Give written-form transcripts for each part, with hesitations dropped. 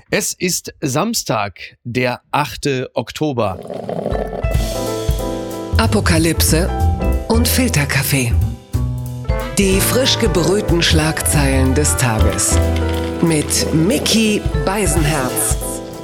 Es ist Samstag, der 8. Oktober. Apokalypse und Filterkaffee. Die frisch gebrühten Schlagzeilen des Tages. Mit Micky Beisenherz.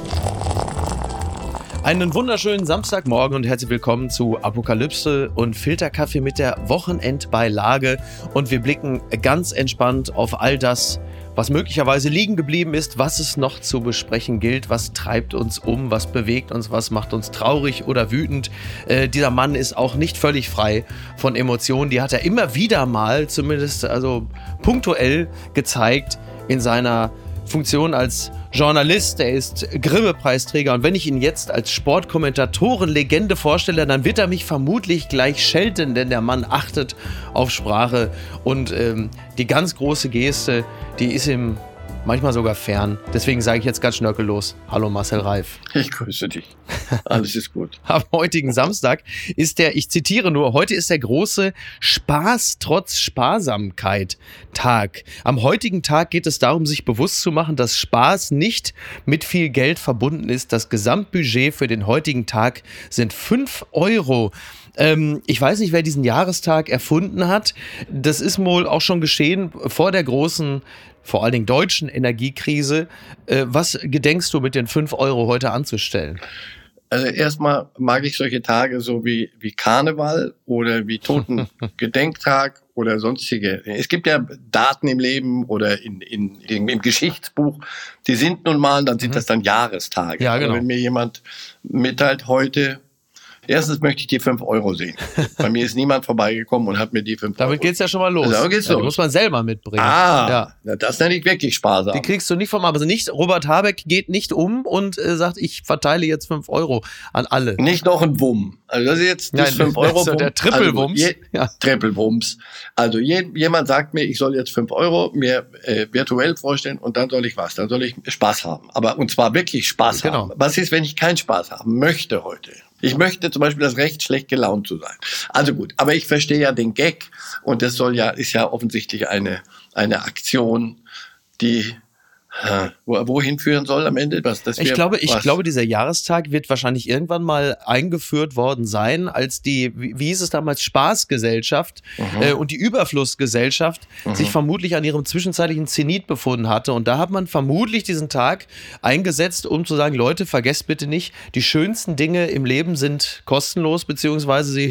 Einen wunderschönen Samstagmorgen und herzlich willkommen zu Apokalypse und Filterkaffee mit der Wochenendbeilage. Und wir blicken ganz entspannt auf all das, was möglicherweise liegen geblieben ist, was es noch zu besprechen gilt, was treibt uns um, was bewegt uns, was macht uns traurig oder wütend. Dieser Mann ist auch nicht völlig frei von Emotionen. Die hat er immer wieder mal, zumindest also punktuell, gezeigt in seiner Funktion als Journalist. Er ist Grimme-Preisträger und wenn ich ihn jetzt als Sportkommentatoren-Legende vorstelle, dann wird er mich vermutlich gleich schelten, denn der Mann achtet auf Sprache und die ganz große Geste, die ist ihm manchmal sogar fern. Deswegen sage ich jetzt ganz schnörkellos: Hallo Marcel Reif. Ich grüße dich. Alles ist gut. Am heutigen Samstag ist ich zitiere nur, heute ist der große Spaß trotz Sparsamkeit Tag. Am heutigen Tag geht es darum, sich bewusst zu machen, dass Spaß nicht mit viel Geld verbunden ist. Das Gesamtbudget für den heutigen Tag sind 5 Euro. Ich weiß nicht, wer diesen Jahrestag erfunden hat. Das ist wohl auch schon geschehen vor der großen, vor allen Dingen deutschen Energiekrise. Was gedenkst du mit den 5 Euro heute anzustellen? Also erstmal mag ich solche Tage so wie Karneval oder wie Totengedenktag oder sonstige. Es gibt ja Daten im Leben oder im Geschichtsbuch, die sind nun mal, dann sind das dann Jahrestage. Ja, genau. Aber wenn mir jemand mitteilt heute, erstens möchte ich die 5 Euro sehen. Bei mir ist niemand vorbeigekommen und hat mir die 5 Euro. Damit geht's ja schon mal los. Also, geht's los. Die muss man selber mitbringen. Ja. Das nenne ich wirklich sparsam. Die kriegst du nicht vom, also nicht, Robert Habeck geht nicht um und sagt, ich verteile jetzt 5 Euro an alle. Nicht noch ein Wumm. Also das ist jetzt das 5 Euro. Also der Trippelwumms. Also, Trippelwumms. Also jemand sagt mir, ich soll jetzt 5 Euro mir virtuell vorstellen und dann soll ich was? Dann soll ich Spaß haben. Aber und zwar wirklich Spaß haben. Was ist, wenn ich keinen Spaß haben möchte heute? Ich möchte zum Beispiel das Recht, schlecht gelaunt zu sein. Also gut, aber ich verstehe ja den Gag und das ist ja offensichtlich eine Aktion, die wohin führen soll am Ende? Ich glaube, dieser Jahrestag wird wahrscheinlich irgendwann mal eingeführt worden sein, als wie hieß es damals, Spaßgesellschaft und die Überflussgesellschaft sich vermutlich an ihrem zwischenzeitlichen Zenit befunden hatte. Und da hat man vermutlich diesen Tag eingesetzt, um zu sagen, Leute, vergesst bitte nicht, die schönsten Dinge im Leben sind kostenlos, beziehungsweise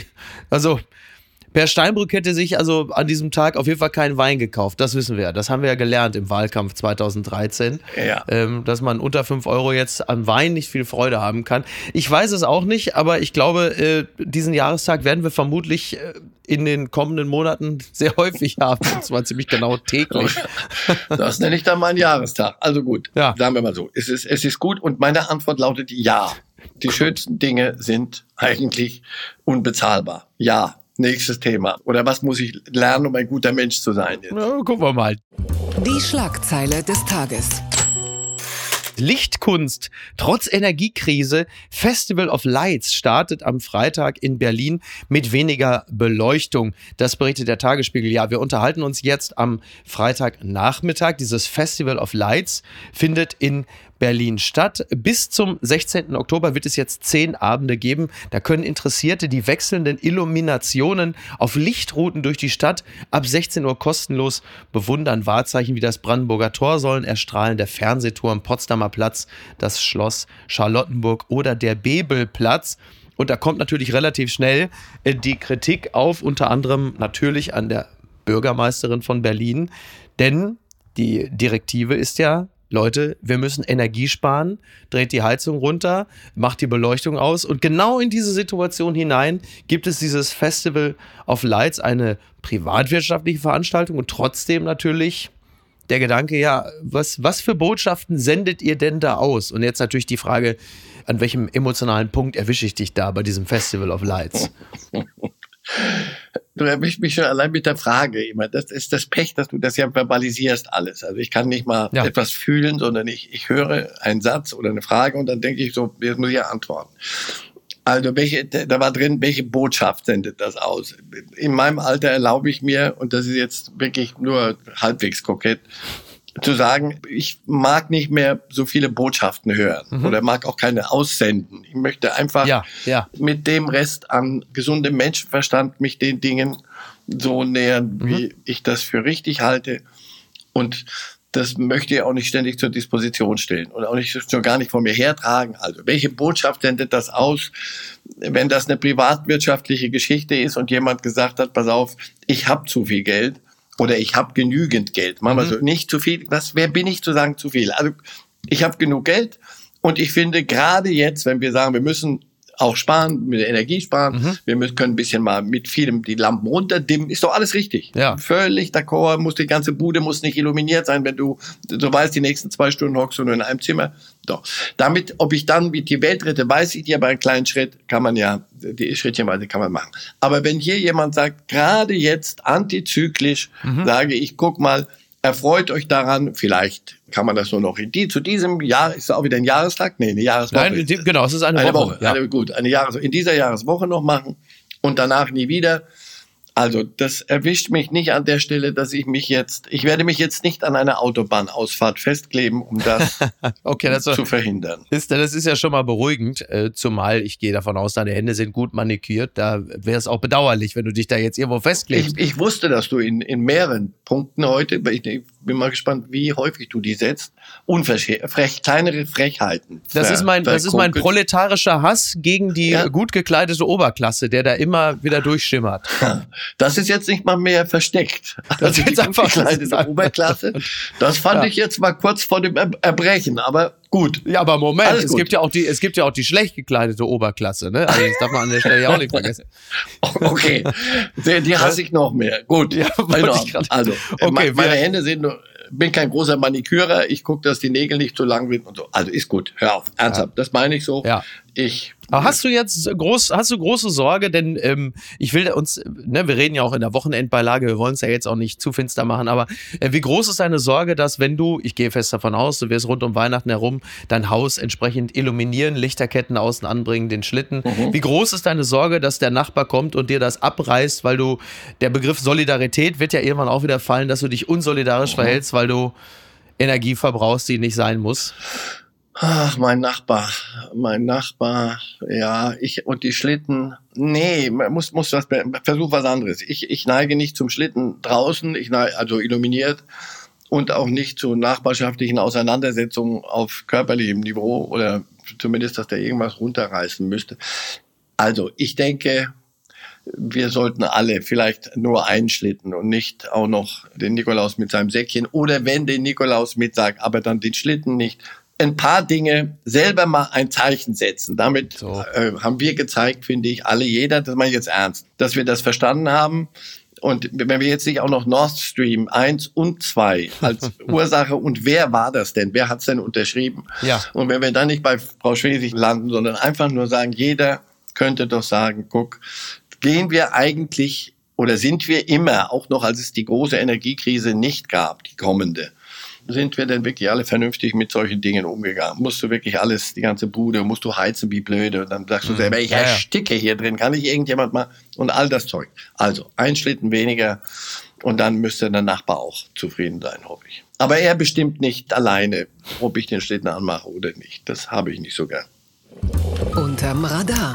Per Steinbrück hätte sich also an diesem Tag auf jeden Fall keinen Wein gekauft. Das wissen wir. Das haben wir ja gelernt im Wahlkampf 2013. Ja. Dass man unter 5 Euro jetzt am Wein nicht viel Freude haben kann. Ich weiß es auch nicht, aber ich glaube, diesen Jahrestag werden wir vermutlich in den kommenden Monaten sehr häufig haben. Und zwar ziemlich genau täglich. Das nenne ich dann meinen Jahrestag. Also gut, ja. Sagen wir mal so. Es ist gut und meine Antwort lautet ja. Die schönsten Dinge sind eigentlich unbezahlbar. Ja. Nächstes Thema. Oder was muss ich lernen, um ein guter Mensch zu sein? Jetzt? Na, gucken wir mal. Die Schlagzeile des Tages. Lichtkunst trotz Energiekrise. Festival of Lights startet am Freitag in Berlin mit weniger Beleuchtung. Das berichtet der Tagesspiegel. Ja, wir unterhalten uns jetzt am Freitagnachmittag. Dieses Festival of Lights findet in Berlin statt. Bis zum 16. Oktober wird es jetzt 10 Abende geben. Da können Interessierte die wechselnden Illuminationen auf Lichtrouten durch die Stadt ab 16 Uhr kostenlos bewundern. Wahrzeichen wie das Brandenburger Tor sollen erstrahlen, der Fernsehturm, Potsdamer Platz, das Schloss Charlottenburg oder der Bebelplatz. Und da kommt natürlich relativ schnell die Kritik auf, unter anderem natürlich an der Bürgermeisterin von Berlin. Denn die Direktive ist ja: Leute, wir müssen Energie sparen, dreht die Heizung runter, macht die Beleuchtung aus. Und genau in diese Situation hinein gibt es dieses Festival of Lights, eine privatwirtschaftliche Veranstaltung und trotzdem natürlich der Gedanke, ja, was für Botschaften sendet ihr denn da aus? Und jetzt natürlich die Frage, an welchem emotionalen Punkt erwische ich dich da bei diesem Festival of Lights? Du erwischst mich schon allein mit der Frage immer. Das ist das Pech, dass du das ja verbalisierst alles. Also ich kann nicht mal etwas fühlen, sondern ich höre einen Satz oder eine Frage und dann denke ich so, jetzt muss ich ja antworten. Also da war drin, welche Botschaft sendet das aus? In meinem Alter erlaube ich mir, und das ist jetzt wirklich nur halbwegs kokett, zu sagen, ich mag nicht mehr so viele Botschaften hören oder mag auch keine aussenden. Ich möchte einfach mit dem Rest an gesundem Menschenverstand mich den Dingen so nähern, wie ich das für richtig halte. Und das möchte ich auch nicht ständig zur Disposition stellen und auch nicht schon gar nicht von mir hertragen. Also welche Botschaft sendet das aus, wenn das eine privatwirtschaftliche Geschichte ist und jemand gesagt hat, pass auf, ich habe zu viel Geld oder ich habe genügend Geld. Machen wir so, nicht zu viel. Wer bin ich zu sagen zu viel? Also ich habe genug Geld und ich finde gerade jetzt, wenn wir sagen, wir müssen auch sparen, mit der Energie sparen. Wir können ein bisschen mal mit vielem die Lampen runterdimmen. Ist doch alles richtig. Ja. Völlig d'accord. Die ganze Bude muss nicht illuminiert sein, wenn du weißt, die nächsten 2 Stunden hockst du nur in einem Zimmer. Doch. Damit, ob ich dann mit die Welt rette, weiß ich nicht, aber einen kleinen Schritt kann man ja, die Schrittchenweise kann man machen. Aber wenn hier jemand sagt, gerade jetzt antizyklisch, sage ich, guck mal, erfreut euch daran, vielleicht kann man das nur noch zu diesem Jahr, ist es auch wieder ein Jahrestag? Nee, eine Jahreswoche. Nein, genau, es ist eine Woche. Ja. In dieser Jahreswoche noch machen und danach nie wieder. Also das erwischt mich nicht an der Stelle, dass ich werde mich jetzt nicht an einer Autobahnausfahrt festkleben, um das zu verhindern. Das ist ja schon mal beruhigend, zumal ich gehe davon aus, deine Hände sind gut manikiert. Da wäre es auch bedauerlich, wenn du dich da jetzt irgendwo festklebst. Ich wusste, dass du in mehreren Punkten heute, ich bin mal gespannt, wie häufig du die setzt, kleinere Frechheiten. Das ist mein proletarischer Hass gegen die gut gekleidete Oberklasse, der da immer wieder durchschimmert. Das ist jetzt nicht mal mehr versteckt. Das ist jetzt einfach gekleidete Oberklasse. Das fand ich jetzt mal kurz vor dem Erbrechen, aber gut. Ja, aber Moment, es gibt ja auch die schlecht gekleidete Oberklasse, ne? Also das darf man an der Stelle ja auch nicht vergessen. Okay, die hasse ich noch mehr. Gut. Ja, also, okay, meine Hände sind nur, bin kein großer Manikürer, ich gucke, dass die Nägel nicht zu lang sind und so. Also ist gut, hör auf, ernsthaft, das meine ich so. Ja. Aber hast du große Sorge, denn ich will uns, wir reden ja auch in der Wochenendbeilage, wir wollen es ja jetzt auch nicht zu finster machen, aber wie groß ist deine Sorge, dass wenn ich gehe fest davon aus, du wirst rund um Weihnachten herum dein Haus entsprechend illuminieren, Lichterketten außen anbringen, den Schlitten. Wie groß ist deine Sorge, dass der Nachbar kommt und dir das abreißt, weil der Begriff Solidarität wird ja irgendwann auch wieder fallen, dass du dich unsolidarisch verhältst, weil du Energie verbrauchst, die nicht sein muss? Ach, mein Nachbar, ja, und die Schlitten, nee, versuch was anderes. Ich neige nicht zum Schlitten draußen, also illuminiert und auch nicht zu nachbarschaftlichen Auseinandersetzungen auf körperlichem Niveau oder zumindest, dass der irgendwas runterreißen müsste. Also, ich denke, wir sollten alle vielleicht nur einen Schlitten und nicht auch noch den Nikolaus mit seinem Säckchen oder wenn den Nikolaus mit sagt, aber dann den Schlitten nicht. Ein paar Dinge selber mal ein Zeichen setzen. Damit haben wir gezeigt, finde ich, jeder, das meine ich jetzt ernst, dass wir das verstanden haben. Und wenn wir jetzt nicht auch noch Nord Stream 1 und 2 als Ursache und wer war das denn? Wer hat es denn unterschrieben? Ja. Und wenn wir dann nicht bei Frau Schwesig landen, sondern einfach nur sagen, jeder könnte doch sagen, guck, gehen wir eigentlich oder sind wir immer, auch noch als es die große Energiekrise nicht gab, die kommende, sind wir denn wirklich alle vernünftig mit solchen Dingen umgegangen? Musst du wirklich alles, die ganze Bude, musst du heizen wie blöde? Und dann sagst du selber, ich ersticke hier drin, kann nicht irgendjemand mal? Und all das Zeug. Also, ein Schlitten weniger und dann müsste der Nachbar auch zufrieden sein, hoffe ich. Aber er bestimmt nicht alleine, ob ich den Schlitten anmache oder nicht. Das habe ich nicht so gern. Unterm Radar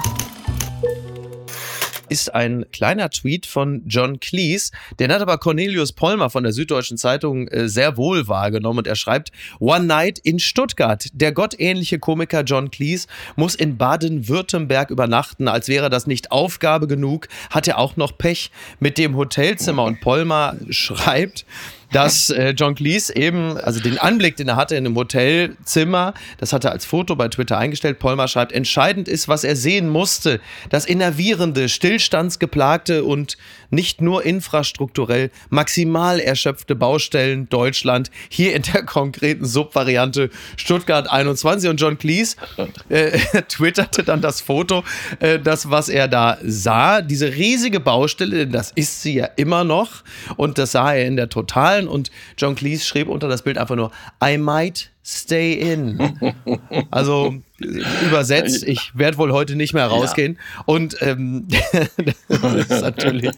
ist ein kleiner Tweet von John Cleese. Den hat aber Cornelius Pollmer von der Süddeutschen Zeitung sehr wohl wahrgenommen und er schreibt, One Night in Stuttgart. Der gottähnliche Komiker John Cleese muss in Baden-Württemberg übernachten. Als wäre das nicht Aufgabe genug, hat er auch noch Pech mit dem Hotelzimmer. Und Pollmer schreibt, dass John Cleese eben, also den Anblick, den er hatte in einem Hotelzimmer, das hat er als Foto bei Twitter eingestellt. Pollmer schreibt, entscheidend ist, was er sehen musste. Das innervierende, stillstandsgeplagte und nicht nur infrastrukturell maximal erschöpfte Baustellen Deutschland, hier in der konkreten Subvariante Stuttgart 21. Und John Cleese twitterte dann das Foto, das, was er da sah, diese riesige Baustelle, das ist sie ja immer noch und das sah er in der Totalen und John Cleese schrieb unter das Bild einfach nur I might stay in. Also übersetzt, ich werde wohl heute nicht mehr rausgehen. Ja. Und das ist natürlich.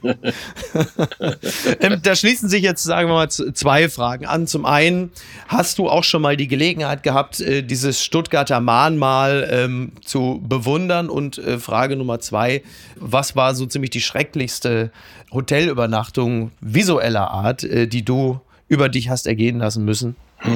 Da schließen sich jetzt, sagen wir mal, zwei Fragen an. Zum einen, hast du auch schon mal die Gelegenheit gehabt, dieses Stuttgarter Mahnmal zu bewundern? Und Frage Nummer 2, was war so ziemlich die schrecklichste Hotelübernachtung visueller Art, die du über dich hast ergehen lassen müssen?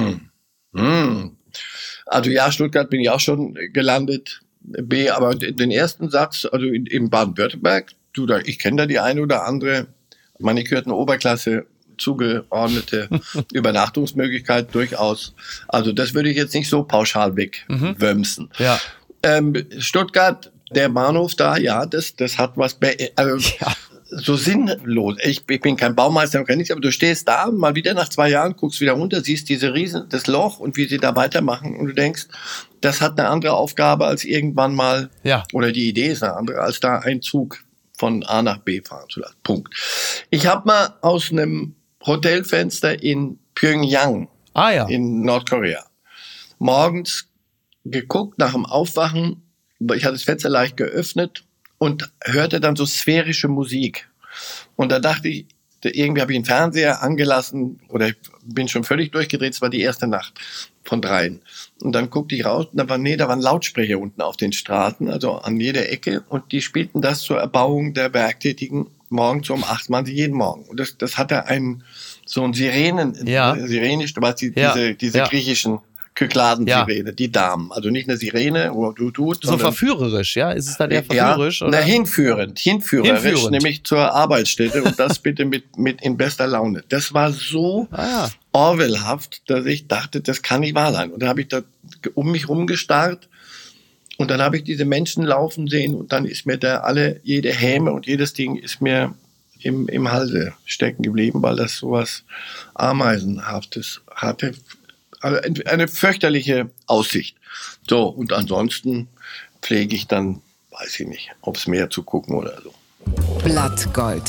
Also ja, Stuttgart bin ich auch schon gelandet. B, aber den ersten Satz, also in Baden-Württemberg, ich kenne da die eine oder andere manikürten Oberklasse zugeordnete Übernachtungsmöglichkeit durchaus. Also das würde ich jetzt nicht so pauschal wegwömsen. Ja. Stuttgart, der Bahnhof da, ja, das hat was, so sinnlos. Ich bin kein Baumeister und kein nichts, aber du stehst da, mal wieder nach 2 Jahren, guckst wieder runter, siehst das Loch und wie sie da weitermachen und du denkst, das hat eine andere Aufgabe als irgendwann mal, oder die Idee ist eine andere, als da ein Zug von A nach B fahren zu lassen. Punkt. Ich habe mal aus einem Hotelfenster in Pyongyang in Nordkorea morgens geguckt nach dem Aufwachen, ich hatte das Fenster leicht geöffnet und hörte dann so sphärische Musik. Und da dachte ich, irgendwie habe ich einen Fernseher angelassen oder ich bin schon völlig durchgedreht, es war die erste Nacht von 3. Und dann guckte ich raus und da waren Lautsprecher unten auf den Straßen, also an jeder Ecke und die spielten das zur Erbauung der Werktätigen morgens um 8 Mal jeden Morgen. Und das hatte so ein sirenisch, du weißt, diese griechischen Kykladen-Sirene, die Damen. Also nicht eine Sirene, so verführerisch, ja? Ist es dann eher verführerisch? Oder? Hinführerisch, nämlich zur Arbeitsstätte und das bitte mit in bester Laune. Das war so orwellhaft, dass ich dachte, das kann nicht wahr sein. Und da habe ich da um mich rumgestarrt und dann habe ich diese Menschen laufen sehen und dann ist mir jede Häme und jedes Ding ist mir im Halse stecken geblieben, weil das sowas Ameisenhaftes hatte. Also eine fürchterliche Aussicht. So, und ansonsten pflege ich dann, weiß ich nicht, aufs Meer zu gucken oder so. Blattgold.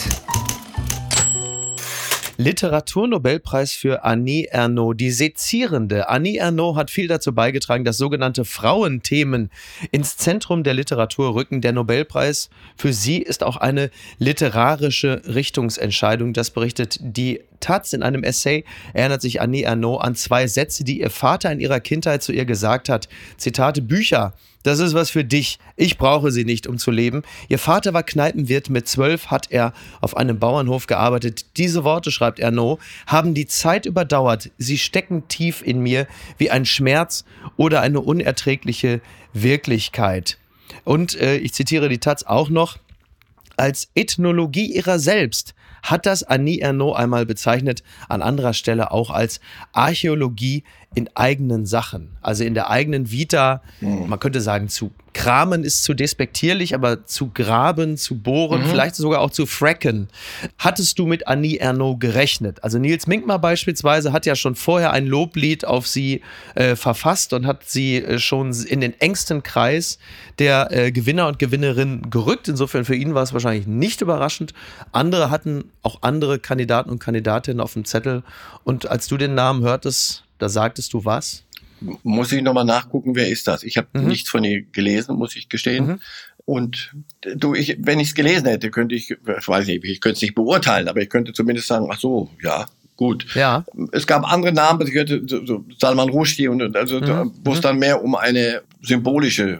Literaturnobelpreis für Annie Ernaux. Die sezierende Annie Ernaux hat viel dazu beigetragen, dass sogenannte Frauenthemen ins Zentrum der Literatur rücken. Der Nobelpreis für sie ist auch eine literarische Richtungsentscheidung. Das berichtet die Taz. In einem Essay erinnert sich Annie Ernaux an 2 Sätze, die ihr Vater in ihrer Kindheit zu ihr gesagt hat. Zitate: Bücher, das ist was für dich. Ich brauche sie nicht, um zu leben. Ihr Vater war Kneipenwirt. Mit 12 hat er auf einem Bauernhof gearbeitet. Diese Worte, schreibt Ernaux, haben die Zeit überdauert. Sie stecken tief in mir wie ein Schmerz oder eine unerträgliche Wirklichkeit. Und ich zitiere die Taz auch noch: Als Ethnologie ihrer selbst hat das Annie Ernaux einmal bezeichnet, an anderer Stelle auch als Archäologie in eigenen Sachen, also in der eigenen Vita. Man könnte sagen, zu kramen ist zu despektierlich, aber zu graben, zu bohren, vielleicht sogar auch zu fracken. Hattest du mit Annie Ernaux gerechnet? Also Nils Minkmar beispielsweise hat ja schon vorher ein Loblied auf sie verfasst und hat sie schon in den engsten Kreis der Gewinner und Gewinnerinnen gerückt. Insofern für ihn war es wahrscheinlich nicht überraschend. Andere hatten auch andere Kandidaten und Kandidatinnen auf dem Zettel. Und als du den Namen hörtest, da sagtest du was? Muss ich nochmal nachgucken, wer ist das? Ich habe nichts von ihr gelesen, muss ich gestehen. Und wenn ich es gelesen hätte, könnte ich könnte es nicht beurteilen, aber ich könnte zumindest sagen, ach so, ja, gut. Ja. Es gab andere Namen, ich hörte so Salman Rushdie wo es dann mehr um eine symbolische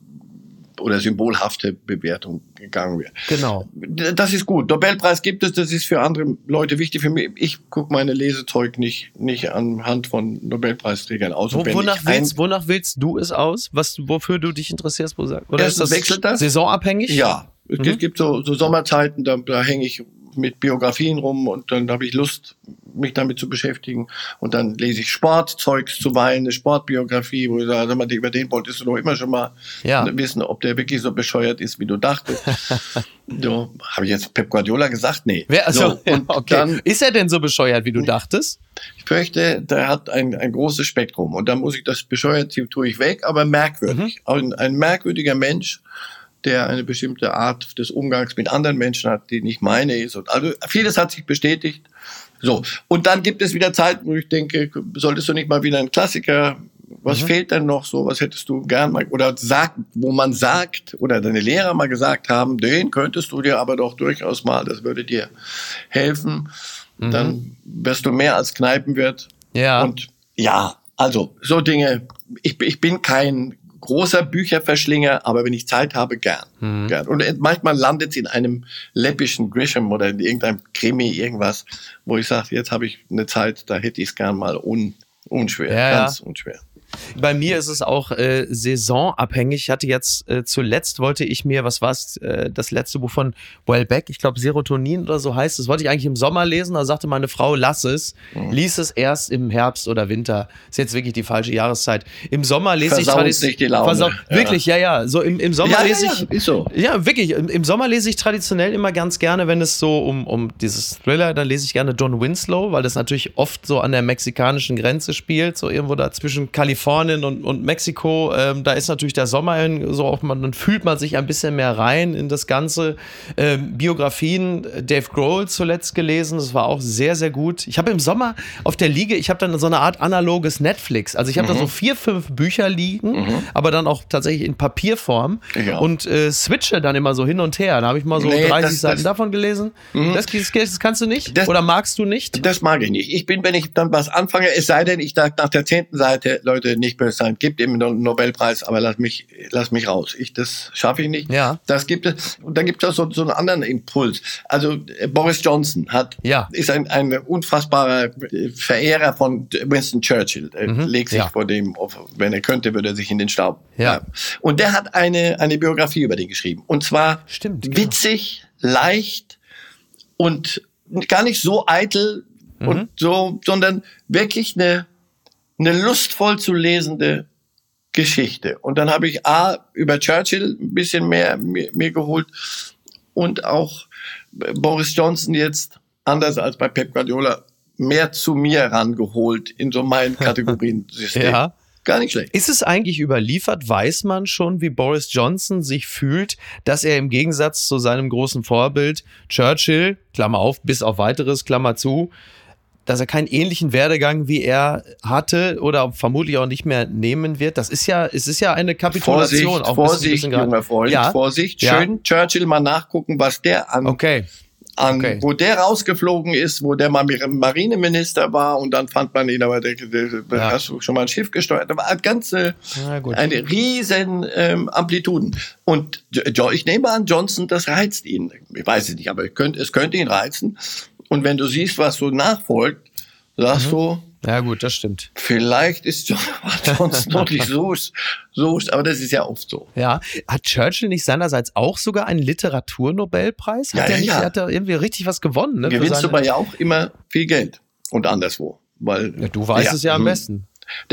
oder symbolhafte Bewertung gegangen wird. Genau. Das ist gut. Nobelpreis gibt es, das ist für andere Leute wichtig. Für mich, ich gucke meine Lesezeug nicht anhand von Nobelpreisträgern aus. Wonach wählst du es aus? Wofür du dich interessierst? Oder ist das wechselt das saisonabhängig? Ja, es gibt so Sommerzeiten, da hänge ich mit Biografien rum und dann habe ich Lust, mich damit zu beschäftigen. Und dann lese ich Sportzeugs zuweilen, eine Sportbiografie, wo ich sage, über den wolltest du doch immer schon mal wissen, ob der wirklich so bescheuert ist, wie du dachtest. So, habe ich jetzt Pep Guardiola gesagt? Nee. Dann, ist er denn so bescheuert, wie du dachtest? Ich fürchte, der hat ein großes Spektrum. Und dann muss ich das bescheuert, tue ich weg, aber merkwürdig. Ein merkwürdiger Mensch, der eine bestimmte Art des Umgangs mit anderen Menschen hat, die nicht meine ist. Und also vieles hat sich bestätigt. So, und dann gibt es wieder Zeiten, wo ich denke, solltest du nicht mal wieder einen Klassiker Was fehlt denn noch so? Was hättest du gern mal, oder wo man sagt, oder deine Lehrer mal gesagt haben, den könntest du dir aber doch durchaus mal, das würde dir helfen. Dann wirst du mehr als Kneipenwirt. Ja. Und ja, also so Dinge. Ich bin kein großer Bücherverschlinger, aber wenn ich Zeit habe, gern. Und manchmal landet es in einem läppischen Grisham oder in irgendeinem Krimi, irgendwas, wo ich sage, jetzt habe ich eine Zeit, da hätte ich es gern mal unschwer, ganz unschwer. Bei mir ist es auch saisonabhängig. Ich hatte jetzt zuletzt wollte ich mir, was war es, das letzte Buch von Welbeck, ich glaube Serotonin oder so heißt, das wollte ich eigentlich im Sommer lesen, da sagte meine Frau, lass es, lies es erst im Herbst oder Winter. Ist jetzt wirklich die falsche Jahreszeit. Im Sommer lese ich traditionell. Wirklich, ja. So im Sommer lese ich. Ist so. Ja, wirklich. Im Sommer lese ich traditionell immer ganz gerne, wenn es so um dieses Thriller, dann lese ich gerne Don Winslow, weil das natürlich oft so an der mexikanischen Grenze spielt, so irgendwo da zwischen Kalifornien und Mexiko, da ist natürlich der Sommer so auch, dann fühlt man sich ein bisschen mehr rein in das Ganze. Biografien, Dave Grohl zuletzt gelesen, das war auch sehr, sehr gut. Ich habe im Sommer auf der Liege, ich habe dann so eine Art analoges Netflix, also ich habe da so 4, 5 Bücher liegen, aber dann auch tatsächlich in Papierform und switche dann immer so hin und her. Da habe ich mal so 30 Seiten davon gelesen. Das kannst du nicht? Oder magst du nicht? Das mag ich nicht. Wenn ich dann was anfange, es sei denn, ich sage nach der 10. Seite, Leute, nicht böse sein, gibt ihm einen Nobelpreis, aber lass mich raus. Das schaffe ich nicht. Ja. Das gibt es. Und dann gibt es auch so einen anderen Impuls. Also Boris Johnson ist ein unfassbarer Verehrer von Winston Churchill. Er legt sich vor dem, wenn er könnte, würde er sich in den Staub. Ja. Und der hat eine Biografie über den geschrieben. Und zwar witzig, leicht und gar nicht so eitel und so, sondern wirklich eine lustvoll zu lesende Geschichte. Und dann habe ich über Churchill ein bisschen mehr mir geholt und auch Boris Johnson jetzt, anders als bei Pep Guardiola, mehr zu mir rangeholt in so meinen Kategorien-System. Ja. Gar nicht schlecht. Ist es eigentlich überliefert? Weiß man schon, wie Boris Johnson sich fühlt, dass er im Gegensatz zu seinem großen Vorbild Churchill, Klammer auf, bis auf weiteres, Klammer zu, dass er keinen ähnlichen Werdegang wie er hatte oder vermutlich auch nicht mehr nehmen wird? Es ist ja eine Kapitulation. Vorsicht, junger Freund, Vorsicht. Schön Churchill mal nachgucken, was der wo der rausgeflogen ist, wo der mal Marineminister war und dann fand man ihn, aber hast du schon mal ein Schiff gesteuert? Da war eine riesen Amplituden. Und ich nehme an, Johnson, das reizt ihn. Ich weiß es nicht, aber es könnte ihn reizen. Und wenn du siehst, was so nachfolgt, sagst du, ja gut, das stimmt. Vielleicht ist Johnson noch nicht so, aber das ist ja oft so. Ja, hat Churchill nicht seinerseits auch sogar einen Literaturnobelpreis? Hat er irgendwie richtig was gewonnen? Ne, gewinnst du aber ja auch immer viel Geld und anderswo. Weil, du weißt es ja am besten.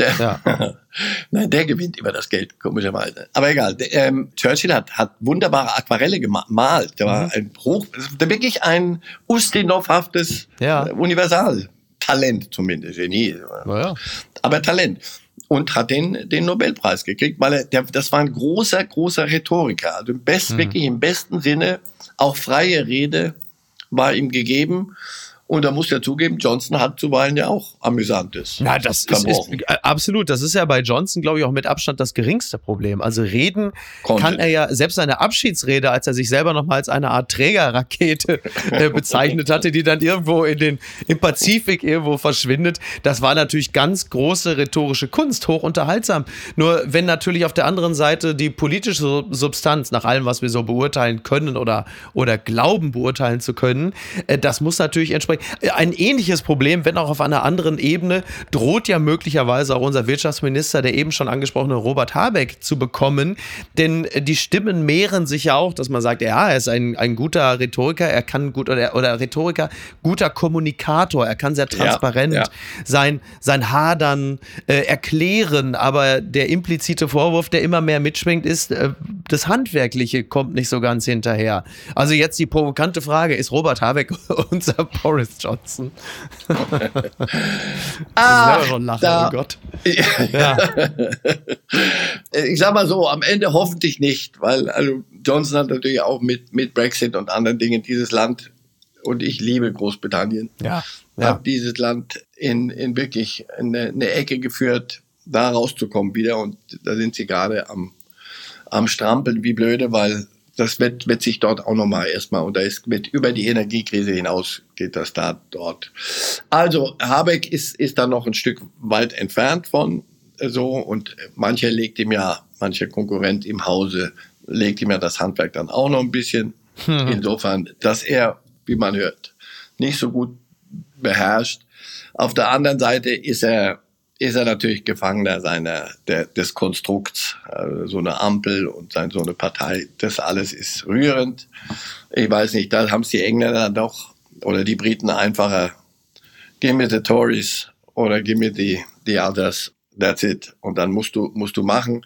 Nein, der gewinnt immer das Geld, komischerweise. Aber egal. Churchill hat wunderbare Aquarelle gemalt. Der war wirklich ein Ustinov-haftes Universaltalent, zumindest. Genie. Aber Talent. Und hat den Nobelpreis gekriegt, weil das war ein großer, großer Rhetoriker. Also wirklich im besten Sinne, auch freie Rede war ihm gegeben. Und da muss ja zugeben, Johnson hat zuweilen ja auch Amüsantes. Ja, das ist absolut. Das ist ja bei Johnson, glaube ich, auch mit Abstand das geringste Problem. Also reden kann er ja, selbst seine Abschiedsrede, als er sich selber noch mal als eine Art Trägerrakete bezeichnet hatte, die dann irgendwo im Pazifik irgendwo verschwindet. Das war natürlich ganz große rhetorische Kunst, hoch unterhaltsam. Nur wenn natürlich auf der anderen Seite die politische Substanz, nach allem, was wir so beurteilen können oder glauben beurteilen zu können, das muss natürlich entsprechend. Ein ähnliches Problem, wenn auch auf einer anderen Ebene, droht ja möglicherweise auch unser Wirtschaftsminister, der eben schon angesprochene Robert Habeck, zu bekommen. Denn die Stimmen mehren sich ja auch, dass man sagt, er ist ein guter Rhetoriker, er kann gut, oder Rhetoriker, guter Kommunikator, er kann sehr transparent sein Hadern erklären, aber der implizite Vorwurf, der immer mehr mitschwingt, ist, das Handwerkliche kommt nicht so ganz hinterher. Also jetzt die provokante Frage, ist Robert Habeck unser Boris Johnson? Schon lachen, oh Gott. Ja. Ich sag mal so, am Ende hoffentlich nicht, weil Johnson hat natürlich auch mit Brexit und anderen Dingen dieses Land, und ich liebe Großbritannien, hat dieses Land in wirklich eine Ecke geführt, da rauszukommen wieder. Und da sind sie gerade am Strampeln wie blöde, weil das wird sich dort auch nochmal erstmal, und da über die Energiekrise hinaus geht das dort. Also Habeck ist da noch ein Stück weit entfernt von so, und mancher Konkurrent im Hause legt ihm ja das Handwerk dann auch noch ein bisschen. Insofern, dass er, wie man hört, nicht so gut beherrscht. Auf der anderen Seite ist er natürlich Gefangener des Konstrukts, also so eine Ampel und so eine Partei. Das alles ist rührend. Ich weiß nicht, da haben es die Engländer doch oder die Briten einfacher. Give me the Tories oder give me the others. That's it. Und dann musst du machen.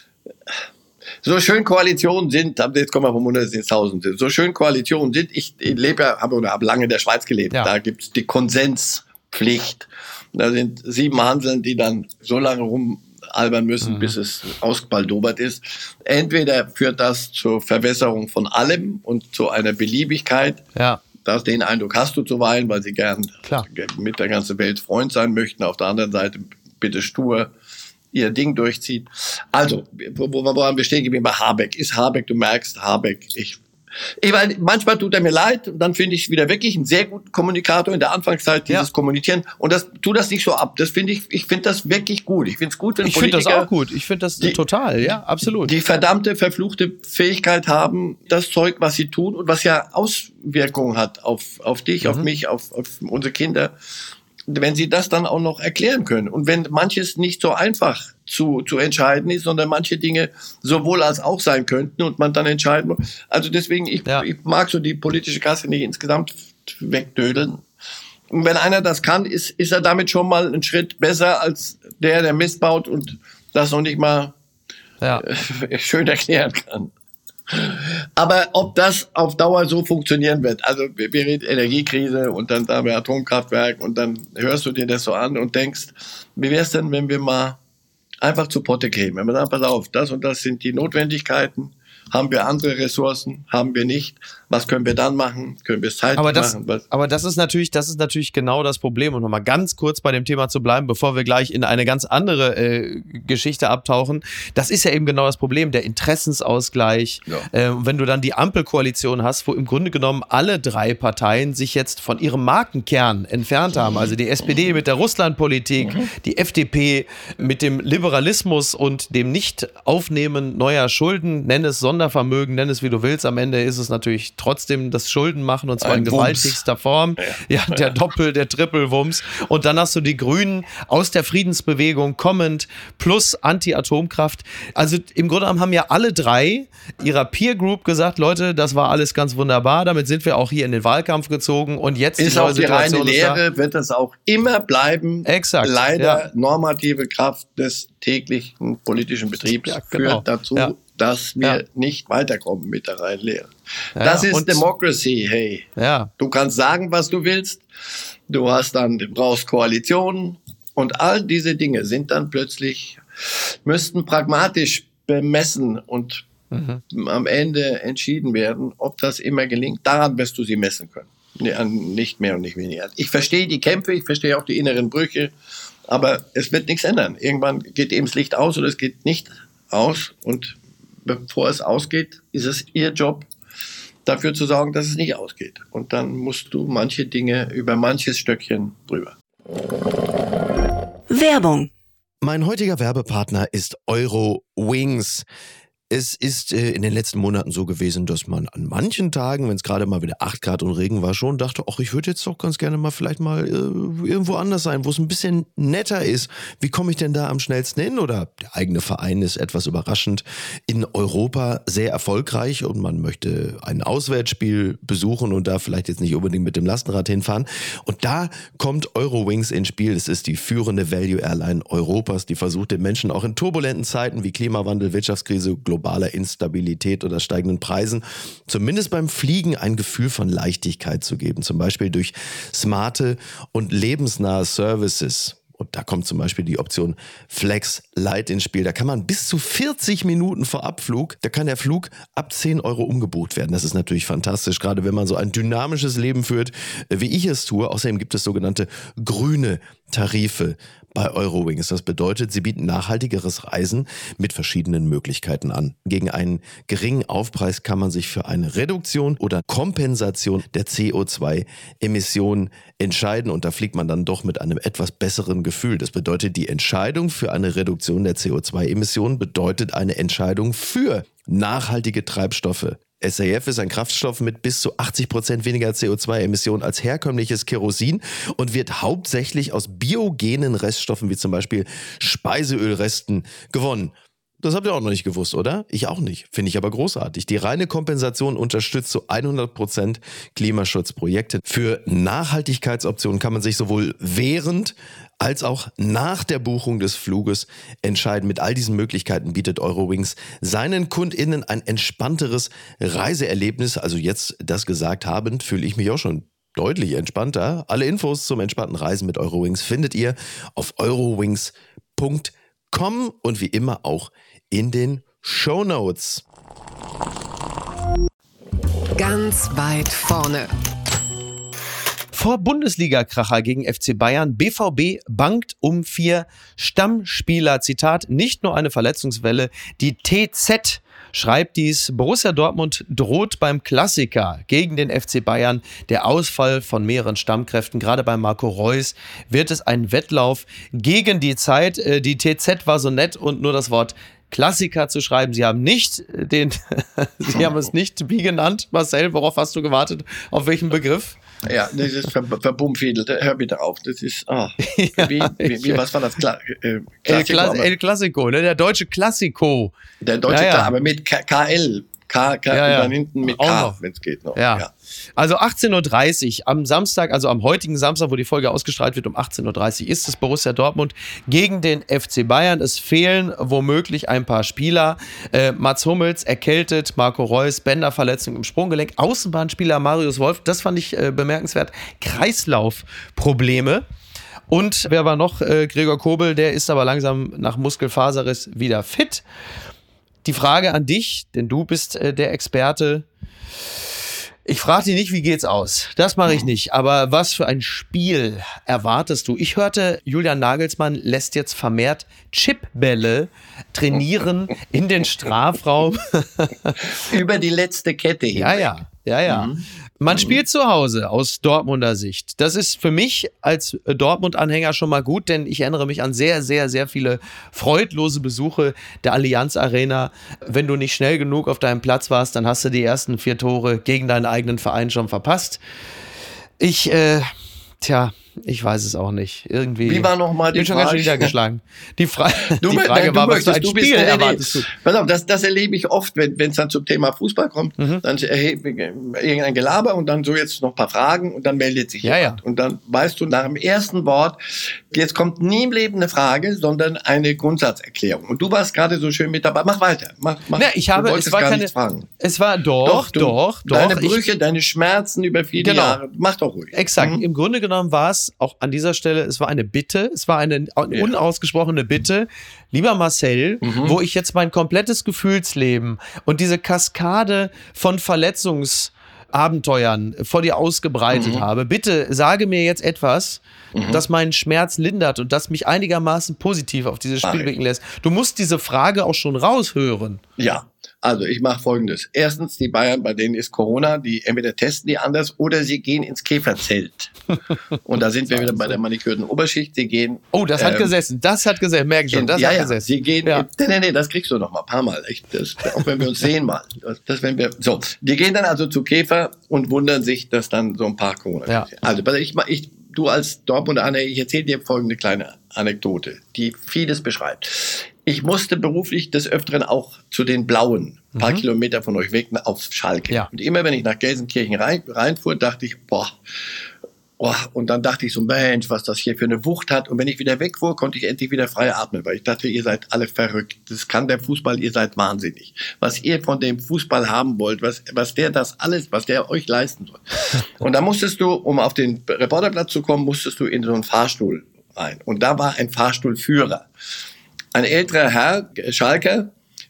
So schön Koalitionen sind, jetzt kommen wir vom 100 ins 1000, so schön Koalitionen sind, ich habe lange in der Schweiz gelebt, Da gibt's die Konsenspflicht. Da sind 7 Hanseln, die dann so lange rumalbern müssen, bis es ausbaldobert ist. Entweder führt das zur Verwässerung von allem und zu einer Beliebigkeit. Ja. Den Eindruck hast du zuweilen, weil sie gern mit der ganzen Welt Freund sein möchten. Auf der anderen Seite bitte stur ihr Ding durchziehen. Also, woran wir stehen geblieben bei Habeck? Du merkst, Habeck, ich meine, manchmal tut er mir leid, und dann finde ich wieder wirklich einen sehr guten Kommunikator in der Anfangszeit, dieses Kommunizieren, und tu das nicht so ab. Das finde ich finde das wirklich gut. Ich finde es gut, wenn Politiker... Ich finde das auch gut. Ich finde das total, ja, absolut. Die verdammte, verfluchte Fähigkeit haben, das Zeug, was sie tun und was ja Auswirkungen hat auf dich, auf mich, auf unsere Kinder, wenn sie das dann auch noch erklären können. Und wenn manches nicht so einfach zu entscheiden ist, sondern manche Dinge sowohl als auch sein könnten und man dann entscheiden muss. Also deswegen, ich mag so die politische Kasse nicht insgesamt wegdödeln. Und wenn einer das kann, ist er damit schon mal einen Schritt besser als der Mist baut und das noch nicht mal schön erklären kann. Aber ob das auf Dauer so funktionieren wird, also wir reden Energiekrise und dann da bei Atomkraftwerk, und dann hörst du dir das so an und denkst, wie wäre es denn, wenn wir mal einfach zu Potte kämen, wenn wir sagen, pass auf, das und das sind die Notwendigkeiten, haben wir andere Ressourcen, haben wir nicht, was können wir dann machen, können wir es zeitlich machen? Aber das ist natürlich genau das Problem, und nochmal ganz kurz bei dem Thema zu bleiben, bevor wir gleich in eine ganz andere Geschichte abtauchen. Das ist ja eben genau das Problem, der Interessensausgleich. Ja. Wenn du dann die Ampelkoalition hast, wo im Grunde genommen alle 3 Parteien sich jetzt von ihrem Markenkern entfernt haben, also die SPD mit der Russlandpolitik, die FDP mit dem Liberalismus und dem Nicht-Aufnehmen neuer Schulden, nenn es Sondervermögen, nenn es wie du willst, am Ende ist es natürlich trotzdem das Schuldenmachen, und zwar in gewaltigster Form. Ja, der der Triple-Wumms. Und dann hast du die Grünen aus der Friedensbewegung kommend plus Anti-Atomkraft. Also im Grunde genommen haben ja alle 3 ihrer Peer Group gesagt, Leute, das war alles ganz wunderbar, damit sind wir auch hier in den Wahlkampf gezogen, und jetzt ist auch die reine Lehre, wird das auch immer bleiben. Exakt. Leider normative Kraft des täglichen politischen Betriebs führt dazu, dass wir nicht weiterkommen mit der reinen Lehre. Das ist Democracy, hey. Ja. Du kannst sagen, was du willst. Du brauchst Koalitionen, und all diese Dinge sind dann müssten pragmatisch bemessen und am Ende entschieden werden, ob das immer gelingt. Daran wirst du sie messen können. Nicht mehr und nicht weniger. Ich verstehe die Kämpfe, ich verstehe auch die inneren Brüche, aber es wird nichts ändern. Irgendwann geht eben das Licht aus oder es geht nicht aus, und bevor es ausgeht, ist es ihr Job, dafür zu sorgen, dass es nicht ausgeht. Und dann musst du manche Dinge über manches Stöckchen drüber. Werbung. Mein heutiger Werbepartner ist Eurowings. Es ist in den letzten Monaten so gewesen, dass man an manchen Tagen, wenn es gerade mal wieder 8 Grad und Regen war, schon dachte, ach, ich würde jetzt doch ganz gerne mal vielleicht mal irgendwo anders sein, wo es ein bisschen netter ist. Wie komme ich denn da am schnellsten hin? Oder der eigene Verein ist etwas überraschend in Europa sehr erfolgreich und man möchte ein Auswärtsspiel besuchen und da vielleicht jetzt nicht unbedingt mit dem Lastenrad hinfahren. Und da kommt Eurowings ins Spiel. Das ist die führende Value-Airline Europas, die versucht, den Menschen auch in turbulenten Zeiten wie Klimawandel, Wirtschaftskrise, globaler Instabilität oder steigenden Preisen zumindest beim Fliegen ein Gefühl von Leichtigkeit zu geben. Zum Beispiel durch smarte und lebensnahe Services. Und da kommt zum Beispiel die Option Flex Light ins Spiel. Da kann man bis zu 40 Minuten vor Abflug, da kann der Flug ab 10 € umgebucht werden. Das ist natürlich fantastisch, gerade wenn man so ein dynamisches Leben führt, wie ich es tue. Außerdem gibt es sogenannte grüne Tarife bei Eurowings. Das bedeutet, sie bieten nachhaltigeres Reisen mit verschiedenen Möglichkeiten an. Gegen einen geringen Aufpreis kann man sich für eine Reduktion oder Kompensation der CO2-Emissionen entscheiden und da fliegt man dann doch mit einem etwas besseren Gefühl. Das bedeutet, die Entscheidung für eine Reduktion der CO2-Emissionen bedeutet eine Entscheidung für nachhaltige Treibstoffe. SAF ist ein Kraftstoff mit bis zu 80% weniger CO2-Emissionen als herkömmliches Kerosin und wird hauptsächlich aus biogenen Reststoffen wie zum Beispiel Speiseölresten gewonnen. Das habt ihr auch noch nicht gewusst, oder? Ich auch nicht. Finde ich aber großartig. Die reine Kompensation unterstützt zu 100% Klimaschutzprojekte. Für Nachhaltigkeitsoptionen kann man sich sowohl während als auch nach der Buchung des Fluges entscheiden. Mit all diesen Möglichkeiten bietet Eurowings seinen KundInnen ein entspannteres Reiseerlebnis. Also jetzt das gesagt habend, fühle ich mich auch schon deutlich entspannter. Alle Infos zum entspannten Reisen mit Eurowings findet ihr auf eurowings.com und wie immer auch in den Shownotes. Ganz weit vorne. Vor Bundesliga-Kracher gegen FC Bayern. BVB bangt um 4 Stammspieler. Zitat, nicht nur eine Verletzungswelle. Die TZ schreibt dies. Borussia Dortmund droht beim Klassiker gegen den FC Bayern. Der Ausfall von mehreren Stammkräften, gerade bei Marco Reus, wird es ein Wettlauf gegen die Zeit. Die TZ war so nett und nur das Wort Klassiker zu schreiben. Sie haben nicht Sie haben es nicht wie genannt. Marcel, worauf hast du gewartet? Auf welchen Begriff? Ja, das ist verbummfiedelt. Hör bitte auf. Das ist, was war das? El Clasico, ne? Der deutsche Klassiko. Der deutsche, aber mit KL. Dann hinten mit K, wenn es geht noch. Ja. Also 18.30 Uhr am Samstag, also am heutigen Samstag, wo die Folge ausgestrahlt wird, um 18.30 Uhr ist es Borussia Dortmund gegen den FC Bayern. Es fehlen womöglich ein paar Spieler. Mats Hummels erkältet, Marco Reus, Bänderverletzung im Sprunggelenk, Außenbahnspieler Marius Wolf, das fand ich bemerkenswert, Kreislaufprobleme. Und wer war noch? Gregor Kobel, der ist aber langsam nach Muskelfaserriss wieder fit. Die Frage an dich, denn du bist der Experte. Ich frage dich nicht, wie geht's aus? Das mache ich nicht. Aber was für ein Spiel erwartest du? Ich hörte, Julian Nagelsmann lässt jetzt vermehrt Chipbälle trainieren in den Strafraum. Über die letzte Kette hin. Ja. Man spielt zu Hause aus Dortmunder Sicht. Das ist für mich als Dortmund-Anhänger schon mal gut, denn ich erinnere mich an sehr, sehr, sehr viele freudlose Besuche der Allianz Arena. Wenn du nicht schnell genug auf deinem Platz warst, dann hast du die ersten 4 Tore gegen deinen eigenen Verein schon verpasst. Ich weiß es auch nicht. Irgendwie. Wie war nochmal die Frage? Ich bin schon ganz schön niedergeschlagen. Die Frage war, was für ein Spiel erwartest du? Pass auf, das erlebe ich oft, wenn es dann zum Thema Fußball kommt. Dann irgendein Gelaber und dann so jetzt noch ein paar Fragen und dann meldet sich jemand. Und dann weißt du nach dem ersten Wort, jetzt kommt nie im Leben eine Frage, sondern eine Grundsatzerklärung. Und du warst gerade so schön mit dabei. Mach weiter. Es war doch. Deine Brüche, deine Schmerzen über viele Jahre. Mach doch ruhig. Exakt. Im Grunde genommen war es auch an dieser Stelle, es war eine Bitte, es war eine unausgesprochene Bitte, lieber Marcel, wo ich jetzt mein komplettes Gefühlsleben und diese Kaskade von Verletzungsabenteuern vor dir ausgebreitet habe. Bitte sage mir jetzt etwas, das meinen Schmerz lindert und das mich einigermaßen positiv auf dieses Spiel blicken lässt. Du musst diese Frage auch schon raushören. Ja. Also ich mache Folgendes. Erstens, die Bayern, bei denen ist Corona, die entweder testen die anders oder sie gehen ins Käferzelt. Und da sind wir wieder bei der manikürten Oberschicht. Sie gehen. Oh, das hat gesessen, merke ich schon. Das hat gesessen. Sie gehen. Nee, das kriegst du noch mal ein paar Mal. Echt, auch wenn wir uns sehen mal. Die gehen dann also zu Käfer und wundern sich, dass dann so ein paar Corona. Also du als Dortmunder Anhänger, ich erzähle dir folgende kleine Anekdote, die vieles beschreibt. Ich musste beruflich des Öfteren auch zu den Blauen, ein paar Kilometer von euch weg, auf Schalke. Ja. Und immer wenn ich nach Gelsenkirchen reinfuhr, dachte ich, und dann dachte ich so, Mensch, was das hier für eine Wucht hat. Und wenn ich wieder wegfuhr, konnte ich endlich wieder frei atmen, weil ich dachte, ihr seid alle verrückt. Das kann der Fußball, ihr seid wahnsinnig. Was ihr von dem Fußball haben wollt, was der euch leisten soll. Und da musstest du, um auf den Reporterplatz zu kommen, musstest du in so einen Fahrstuhl rein. Und da war ein Fahrstuhlführer. Ein älterer Herr, Schalker,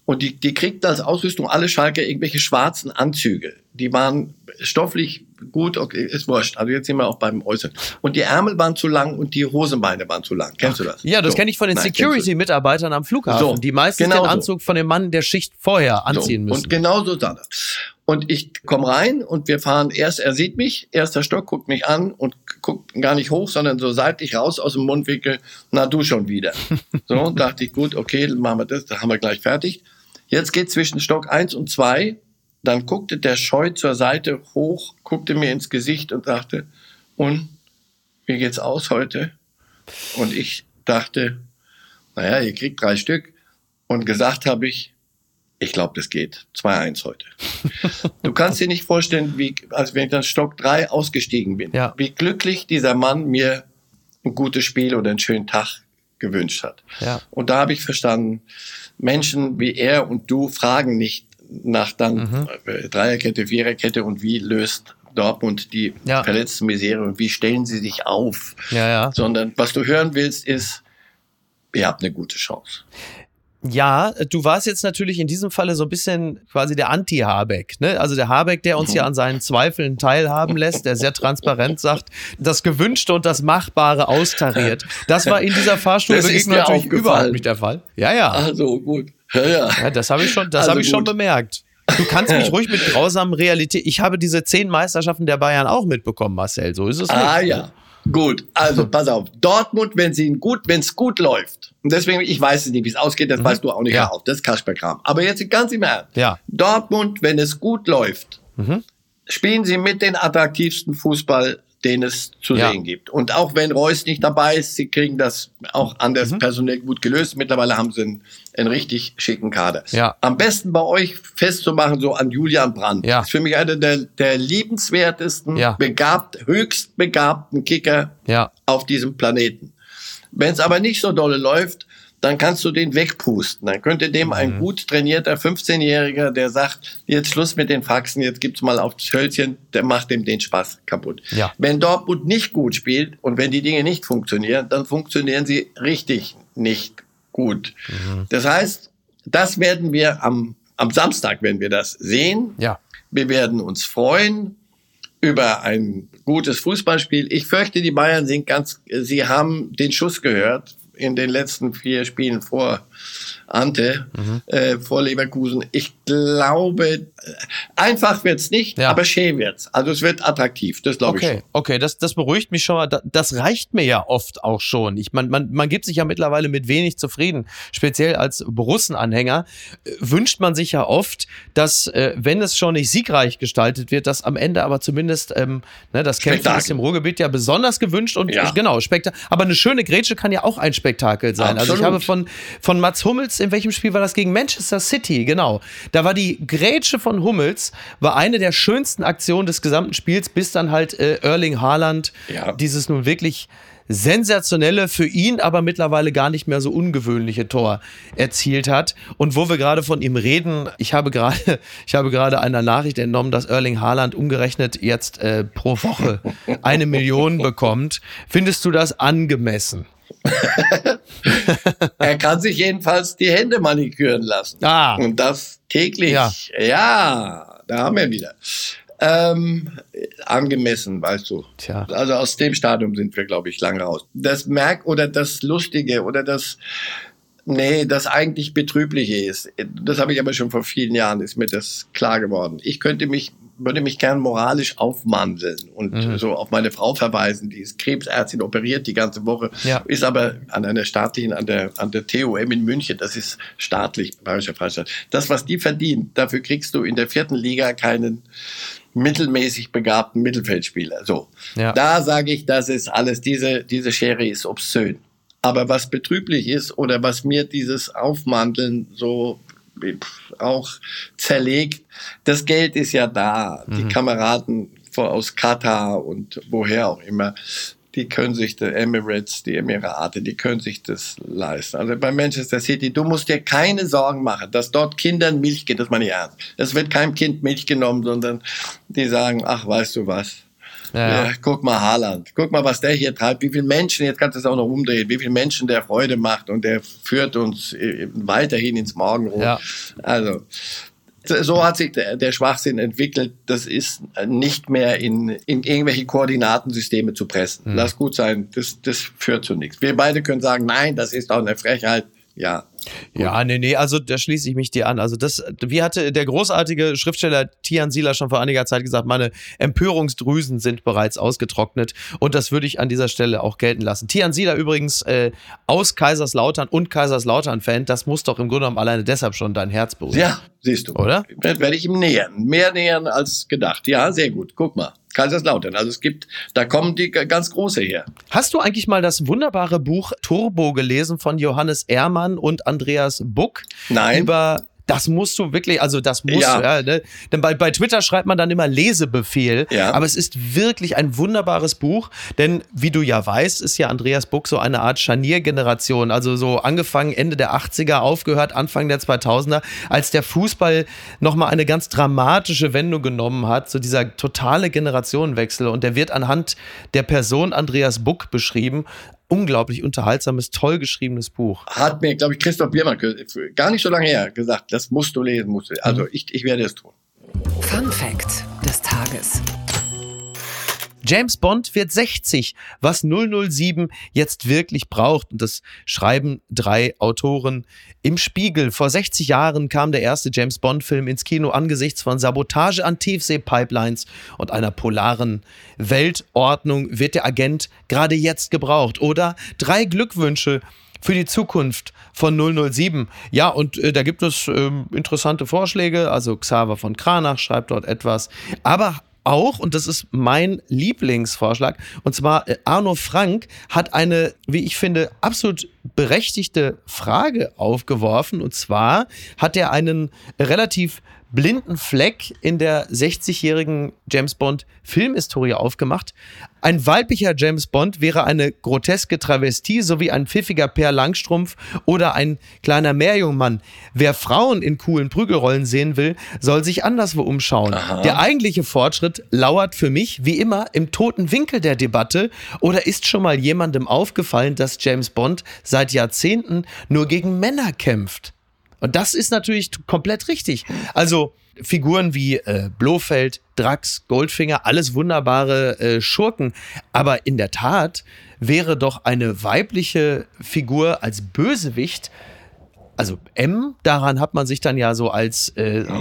Und die kriegten als Ausrüstung alle Schalker irgendwelche schwarzen Anzüge. Die waren stofflich gut, okay, ist wurscht. Also jetzt sind wir auch beim Äußeren. Und die Ärmel waren zu lang und die Hosenbeine waren zu lang. Kennst du das? Ja, das kenne ich von den Security-Mitarbeitern am Flughafen, die meistens den Anzug von dem Mann der Schicht vorher anziehen müssen. Und genau so sah das. Und ich komme rein und wir fahren erst, er sieht mich, erster Stock, guckt mich an und guckt gar nicht hoch, sondern so seitlich raus aus dem Mundwinkel, na du schon wieder. So, dachte ich, gut, okay, dann machen wir das, dann haben wir gleich fertig. Jetzt geht zwischen Stock 1 und 2, dann guckte der scheu zur Seite hoch, guckte mir ins Gesicht und sagte, und, wie geht's aus heute? Und ich dachte, naja, ihr kriegt 3 Stück. Und gesagt habe ich glaube, das geht. 2-1 heute. Du kannst dir nicht vorstellen, als wenn ich dann Stock 3 ausgestiegen bin, wie glücklich dieser Mann mir ein gutes Spiel oder einen schönen Tag gewünscht hat. Ja. Und da habe ich verstanden, Menschen wie er und du fragen nicht nach dann Dreierkette, Viererkette und wie löst Dortmund die verletzte Misere und wie stellen sie sich auf. Sondern was du hören willst ist, ihr habt eine gute Chance. Ja, du warst jetzt natürlich in diesem Falle so ein bisschen quasi der Anti-Habeck, ne? Also der Habeck, der uns ja an seinen Zweifeln teilhaben lässt, der sehr transparent sagt, das Gewünschte und das Machbare austariert. Das war in dieser Fahrstuhlbegegnung natürlich überhaupt nicht der Fall. Ja. Also gut. Ja, das habe ich schon bemerkt. Du kannst mich ruhig mit grausamen Realität. Ich habe diese 10 Meisterschaften der Bayern auch mitbekommen, Marcel. So ist es nicht. Ja. Gut, also pass auf. Dortmund, wenn es gut läuft, und deswegen, ich weiß es nicht, wie es ausgeht, das weißt du auch nicht auch, das ist Kasperkram. Aber jetzt ganz im Ernst. Ja. Dortmund, wenn es gut läuft, spielen sie mit den attraktivsten Fußball, den es zu sehen gibt. Und auch wenn Reus nicht dabei ist, sie kriegen das auch anders personell gut gelöst. Mittlerweile haben sie einen richtig schicken Kader. Ja. Am besten bei euch festzumachen, so an Julian Brandt. Ja. Ist für mich einer der liebenswertesten, höchst begabten Kicker auf diesem Planeten. Wenn es aber nicht so dolle läuft, dann kannst du den wegpusten. Dann könnte dem ein gut trainierter 15-Jähriger, der sagt, jetzt Schluss mit den Faxen, jetzt gibt's mal aufs Hölzchen, der macht dem den Spaß kaputt. Ja. Wenn Dortmund nicht gut spielt und wenn die Dinge nicht funktionieren, dann funktionieren sie richtig nicht gut. Das heißt, das werden wir am Samstag, wenn wir das sehen. Ja. Wir werden uns freuen über ein gutes Fußballspiel. Ich fürchte, die Bayern sie haben den Schuss gehört in den letzten 4 Spielen vor Ante, vor Leverkusen. Ich glaube, einfach wird's nicht, aber schön wird's. Also es wird attraktiv, das glaube ich schon. Okay, das beruhigt mich schon mal. Das reicht mir ja oft auch schon. Man gibt sich ja mittlerweile mit wenig zufrieden. Speziell als Borussen-Anhänger wünscht man sich ja oft, dass, wenn es schon nicht siegreich gestaltet wird, dass am Ende aber zumindest, das Kämpfen ist im Ruhrgebiet ja besonders gewünscht und genau, Spektakel. Aber eine schöne Grätsche kann ja auch ein Spektakel sein. Absolut. Also ich habe von Mats Hummels, in welchem Spiel war das? Gegen Manchester City, genau. Da war die Grätsche von Hummels, war eine der schönsten Aktionen des gesamten Spiels, bis dann halt Erling Haaland dieses nun wirklich sensationelle, für ihn aber mittlerweile gar nicht mehr so ungewöhnliche Tor erzielt hat. Und wo wir gerade von ihm reden, ich habe gerade einer Nachricht entnommen, dass Erling Haaland umgerechnet jetzt pro Woche 1 Million bekommt. Findest du das angemessen? Er kann sich jedenfalls die Hände maniküren lassen. Und das täglich. Ja, da haben wir wieder. Angemessen, weißt du. Tja. Also aus dem Stadium sind wir, glaube ich, lange raus. Das das Lustige oder das eigentlich Betrübliche ist, das habe ich aber schon vor vielen Jahren, ist mir das klar geworden. Ich würde mich gern moralisch aufmandeln und so auf meine Frau verweisen, die ist Krebsärztin, operiert die ganze Woche, ist aber an einer staatlichen, an der TUM in München, das ist staatlich, Bayerischer Freistaat. Das, was die verdient, dafür kriegst du in der 4. Liga keinen mittelmäßig begabten Mittelfeldspieler. So. Ja. Da sage ich, das ist alles, diese Schere ist obszön. Aber was betrüblich ist oder was mir dieses Aufmanteln so auch zerlegt, das Geld ist ja da. Die Kameraden aus Katar und woher auch immer, die können sich die Emirates, die Emirate, die können sich das leisten. Also bei Manchester City, du musst dir keine Sorgen machen, dass dort Kindern Milch geht, das meine ich ernst. Es wird keinem Kind Milch genommen, sondern die sagen, ach, weißt du was, Ja, guck mal Haaland. Guck mal, was der hier treibt. Wie viele Menschen, jetzt kannst du es auch noch umdrehen, wie viele Menschen der Freude macht und der führt uns weiterhin ins Morgenrot. Ja. Also, so hat sich der Schwachsinn entwickelt. Das ist nicht mehr in irgendwelche Koordinatensysteme zu pressen. Lass gut sein, das führt zu nichts. Wir beide können sagen, nein, das ist doch eine Frechheit. Ja. Ja, nee, also da schließe ich mich dir an. Also wie hatte der großartige Schriftsteller Tian Sila schon vor einiger Zeit gesagt, meine Empörungsdrüsen sind bereits ausgetrocknet und das würde ich an dieser Stelle auch gelten lassen. Tian Sila übrigens aus Kaiserslautern und Kaiserslautern-Fan, das muss doch im Grunde genommen alleine deshalb schon dein Herz berühren. Ja, siehst du. Oder? Werde ich ihm nähern. Mehr nähern als gedacht. Ja, sehr gut. Guck mal. Kaiserslautern. Also da kommen die ganz große her. Hast du eigentlich mal das wunderbare Buch Turbo gelesen von Johannes Ehrmann und Andreas Buck? Nein. Das musst du wirklich, also das musst du, ja, ne? Denn bei Twitter schreibt man dann immer Lesebefehl, aber es ist wirklich ein wunderbares Buch, denn wie du ja weißt, ist ja Andreas Buck so eine Art Scharniergeneration, also so angefangen Ende der 80er, aufgehört Anfang der 2000er, als der Fußball nochmal eine ganz dramatische Wendung genommen hat, so dieser totale Generationenwechsel und der wird anhand der Person Andreas Buck beschrieben. Unglaublich unterhaltsames, toll geschriebenes Buch. Hat mir, glaube ich, Christoph Biermann gar nicht so lange her gesagt, das musst du lesen. Also ich werde es tun. Fun Fact des Tages. James Bond wird 60, was 007 jetzt wirklich braucht. Und das schreiben 3 Autoren im Spiegel. Vor 60 Jahren kam der erste James Bond-Film ins Kino angesichts von Sabotage an Tiefseepipelines und einer polaren Weltordnung wird der Agent gerade jetzt gebraucht. Oder 3 Glückwünsche für die Zukunft von 007. Ja, und da gibt es interessante Vorschläge. Also Xaver von Kranach schreibt dort etwas. Aber auch, und das ist mein Lieblingsvorschlag, und zwar Arno Frank hat eine, wie ich finde, absolut berechtigte Frage aufgeworfen. Und zwar hat er einen relativ blinden Fleck in der 60-jährigen James Bond Filmhistorie aufgemacht. Ein weiblicher James Bond wäre eine groteske Travestie sowie ein pfiffiger Per Langstrumpf oder ein kleiner Meerjungmann. Wer Frauen in coolen Prügelrollen sehen will, soll sich anderswo umschauen. Aha. Der eigentliche Fortschritt lauert für mich wie immer im toten Winkel der Debatte. Oder ist schon mal jemandem aufgefallen, dass James Bond seit Jahrzehnten nur gegen Männer kämpft? Und das ist natürlich komplett richtig. Also Figuren wie Blofeld, Drax, Goldfinger, alles wunderbare Schurken. Aber in der Tat wäre doch eine weibliche Figur als Bösewicht, also M, daran hat man sich dann ja so als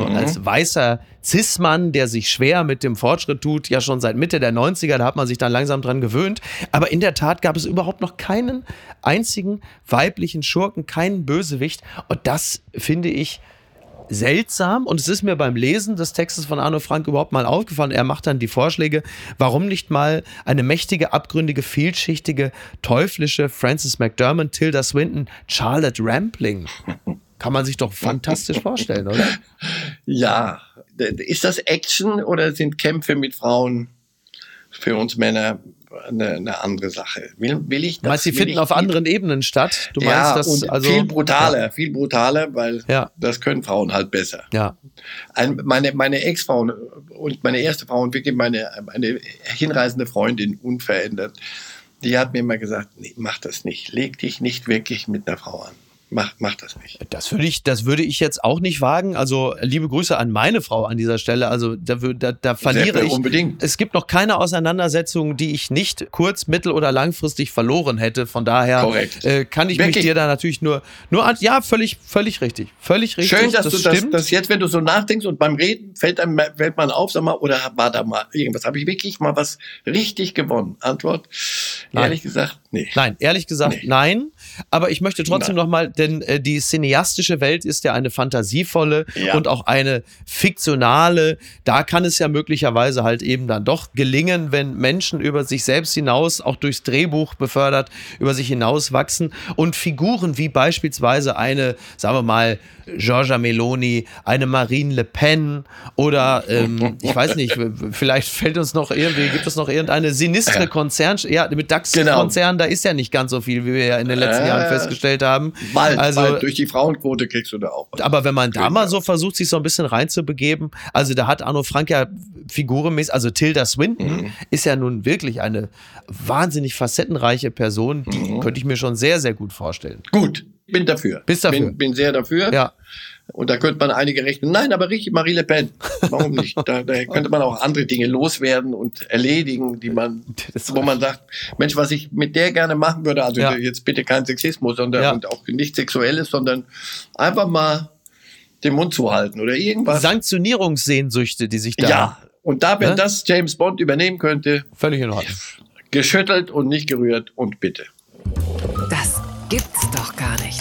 weißer Cis-Mann, der sich schwer mit dem Fortschritt tut, ja schon seit Mitte der 90er, da hat man sich dann langsam dran gewöhnt. Aber in der Tat gab es überhaupt noch keinen einzigen weiblichen Schurken, keinen Bösewicht. Und das finde ich seltsam. Und es ist mir beim Lesen des Textes von Arno Frank überhaupt mal aufgefallen. Er macht dann die Vorschläge, warum nicht mal eine mächtige, abgründige, vielschichtige, teuflische Frances McDormand, Tilda Swinton, Charlotte Rampling. Kann man sich doch fantastisch vorstellen, oder? Ja. Ist das Action oder sind Kämpfe mit Frauen für uns Männer eine andere Sache? Will ich das? Meinst du, sie finden auf anderen Ebenen statt? Du meinst, das und also viel brutaler, weil das können Frauen halt besser. Ja. Meine Ex-Frau und meine erste Frau und wirklich meine hinreißende Freundin, unverändert, die hat mir immer gesagt, nee, mach das nicht. Leg dich nicht wirklich mit einer Frau an. Mach das nicht. Das würde ich jetzt auch nicht wagen. Also liebe Grüße an meine Frau an dieser Stelle. Also da verliere ich. Unbedingt. Es gibt noch keine Auseinandersetzung, die ich nicht kurz-, mittel- oder langfristig verloren hätte. Von daher kann ich wirklich? Mich dir da natürlich nur ja, völlig richtig. Völlig richtig. Schön, dass du das jetzt, wenn du so nachdenkst und beim Reden fällt man auf, sag mal, oder war da mal irgendwas? Habe ich wirklich mal was richtig gewonnen? Antwort, ehrlich gesagt, nee. Nein, ehrlich gesagt, nein. Aber ich möchte trotzdem nochmal, denn die cineastische Welt ist ja eine fantasievolle und auch eine fiktionale. Da kann es ja möglicherweise halt eben dann doch gelingen, wenn Menschen über sich selbst hinaus, auch durchs Drehbuch befördert, über sich hinaus wachsen und Figuren wie beispielsweise eine, sagen wir mal, Giorgia Meloni, eine Marine Le Pen oder ich weiß nicht, vielleicht gibt es noch irgendeine sinistre Konzern, mit DAX-Konzernen, da ist ja nicht ganz so viel, wie wir ja in den letzten Jahren festgestellt haben. Bald, durch die Frauenquote kriegst du da auch. Aber wenn man da mal so versucht, sich so ein bisschen reinzubegeben, also da hat Arno Frank ja figurenmäßig, also Tilda Swinton ist ja nun wirklich eine wahnsinnig facettenreiche Person, die könnte ich mir schon sehr, sehr gut vorstellen. Gut, bin dafür. Bist dafür? Bin sehr dafür. Ja. Und da könnte man einige rechnen. Nein, aber richtig, Marie Le Pen. Warum nicht? Da könnte man auch andere Dinge loswerden und erledigen, wo man sagt, Mensch, was ich mit der gerne machen würde, also jetzt bitte kein Sexismus, sondern und auch nicht Sexuelles, sondern einfach mal den Mund zuhalten oder irgendwas. Sanktionierungssehnsüchte, die sich da... Ja, und da, wenn das James Bond übernehmen könnte... Völlig in Ordnung. Geschüttelt und nicht gerührt und bitte. Das gibt's doch gar nicht.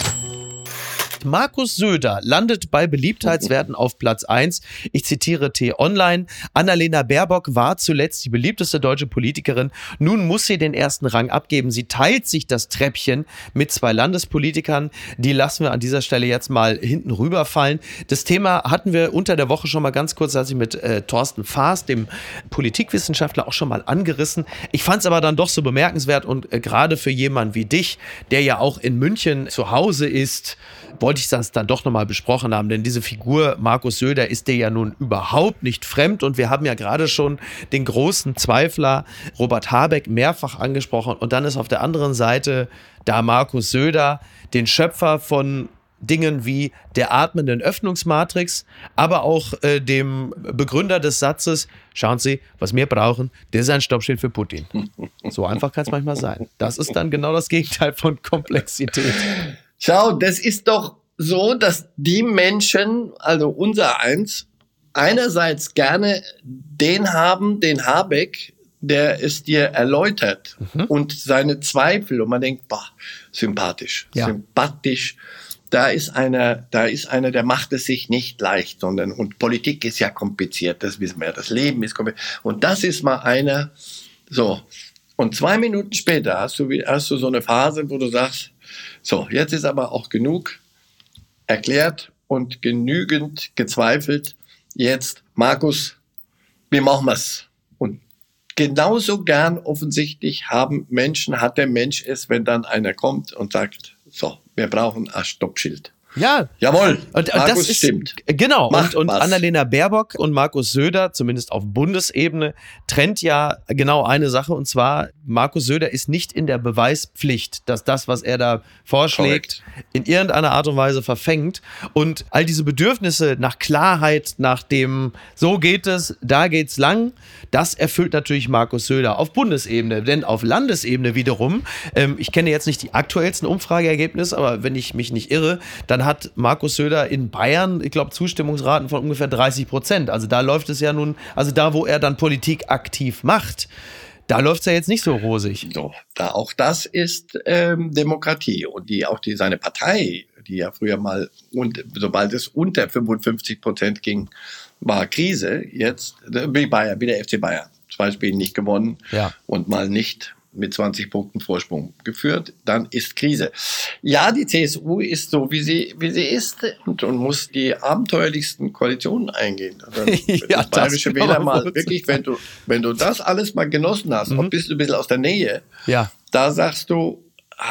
Markus Söder landet bei Beliebtheitswerten auf Platz 1. Ich zitiere T-Online. Annalena Baerbock war zuletzt die beliebteste deutsche Politikerin. Nun muss sie den ersten Rang abgeben. Sie teilt sich das Treppchen mit 2 Landespolitikern. Die lassen wir an dieser Stelle jetzt mal hinten rüberfallen. Das Thema hatten wir unter der Woche schon mal ganz kurz, als ich mit Thorsten Faas, dem Politikwissenschaftler, auch schon mal angerissen. Ich fand es aber dann doch so bemerkenswert und gerade für jemanden wie dich, der ja auch in München zu Hause ist, wollte ich das dann doch nochmal besprochen haben, denn diese Figur Markus Söder ist dir ja nun überhaupt nicht fremd und wir haben ja gerade schon den großen Zweifler Robert Habeck mehrfach angesprochen und dann ist auf der anderen Seite da Markus Söder, den Schöpfer von Dingen wie der atmenden Öffnungsmatrix, aber auch dem Begründer des Satzes, schauen Sie, was wir brauchen, das ist ein Stoppschild für Putin. So einfach kann es manchmal sein. Das ist dann genau das Gegenteil von Komplexität. Schau, das ist doch so, dass die Menschen, also unser Eins, einerseits gerne den haben, den Habeck, der es dir erläutert und seine Zweifel und man denkt, sympathisch. Da ist einer, der macht es sich nicht leicht, und Politik ist ja kompliziert, das wissen wir, das Leben ist kompliziert. Und das ist mal einer, so. Und 2 Minuten später hast du so eine Phase, wo du sagst, so, jetzt ist aber auch genug erklärt und genügend gezweifelt. Jetzt, Markus, wie machen wir's? Und genauso gern offensichtlich hat der Mensch es, wenn dann einer kommt und sagt, so, wir brauchen ein Stoppschild. Ja. Jawohl. Und Markus das ist, stimmt. Genau. Und Annalena Baerbock und Markus Söder, zumindest auf Bundesebene, trennt ja genau eine Sache. Und zwar, Markus Söder ist nicht in der Beweispflicht, dass das, was er da vorschlägt, in irgendeiner Art und Weise verfängt. Und all diese Bedürfnisse nach Klarheit, nach dem, so geht es, da geht's lang, das erfüllt natürlich Markus Söder auf Bundesebene. Denn auf Landesebene wiederum, ich kenne jetzt nicht die aktuellsten Umfrageergebnisse, aber wenn ich mich nicht irre, dann hat Markus Söder in Bayern, ich glaube, Zustimmungsraten von ungefähr 30%. Also da läuft es ja nun, also da, wo er dann Politik aktiv macht, da läuft es ja jetzt nicht so rosig. So, auch das ist Demokratie. Und seine Partei, die ja früher mal, und sobald es unter 55% ging, war Krise. Jetzt wie der FC Bayern. 2 Spiele nicht gewonnen und mal nicht mit 20 Punkten Vorsprung geführt, dann ist Krise. Ja, die CSU ist so, wie sie ist und muss die abenteuerlichsten Koalitionen eingehen. Das bayerische Wähler mal wirklich, wenn du das alles mal genossen hast, auch bist du ein bisschen aus der Nähe, da sagst du,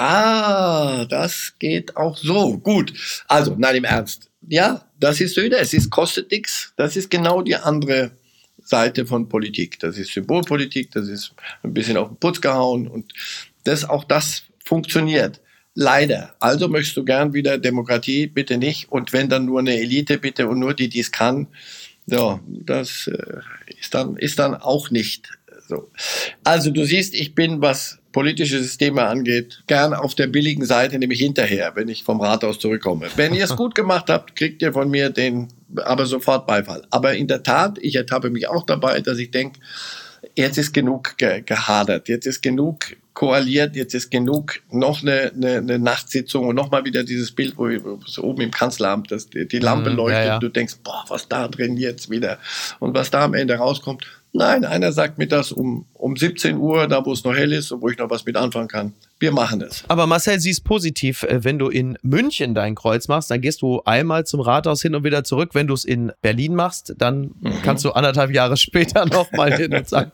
das geht auch so. Gut. Also, nein, im Ernst. Ja, das ist Söder, kostet nichts. Das ist genau die andere Seite von Politik. Das ist Symbolpolitik, das ist ein bisschen auf den Putz gehauen und auch das funktioniert. Leider. Also möchtest du gern wieder Demokratie, bitte nicht. Und wenn dann nur eine Elite, bitte, und nur die es kann. Ja, das ist dann auch nicht so. Also du siehst, ich bin, was politische Systeme angeht, gern auf der billigen Seite, nämlich hinterher, wenn ich vom Rathaus zurückkomme. Wenn ihr es gut gemacht habt, kriegt ihr von mir aber sofort Beifall. Aber in der Tat, ich ertappe mich auch dabei, dass ich denke, jetzt ist genug gehadert, jetzt ist genug koaliert, jetzt ist genug, noch eine Nachtsitzung und nochmal wieder dieses Bild, wo oben im Kanzleramt die Lampe leuchtet und du denkst, was da drin jetzt wieder und was da am Ende rauskommt, Nein, einer sagt mittags um 17 Uhr, da wo es noch hell ist und wo ich noch was mit anfangen kann. Wir machen es. Aber Marcel, siehst positiv, wenn du in München dein Kreuz machst, dann gehst du einmal zum Rathaus hin und wieder zurück. Wenn du es in Berlin machst, dann kannst du 1,5 Jahre später nochmal hin und sagen.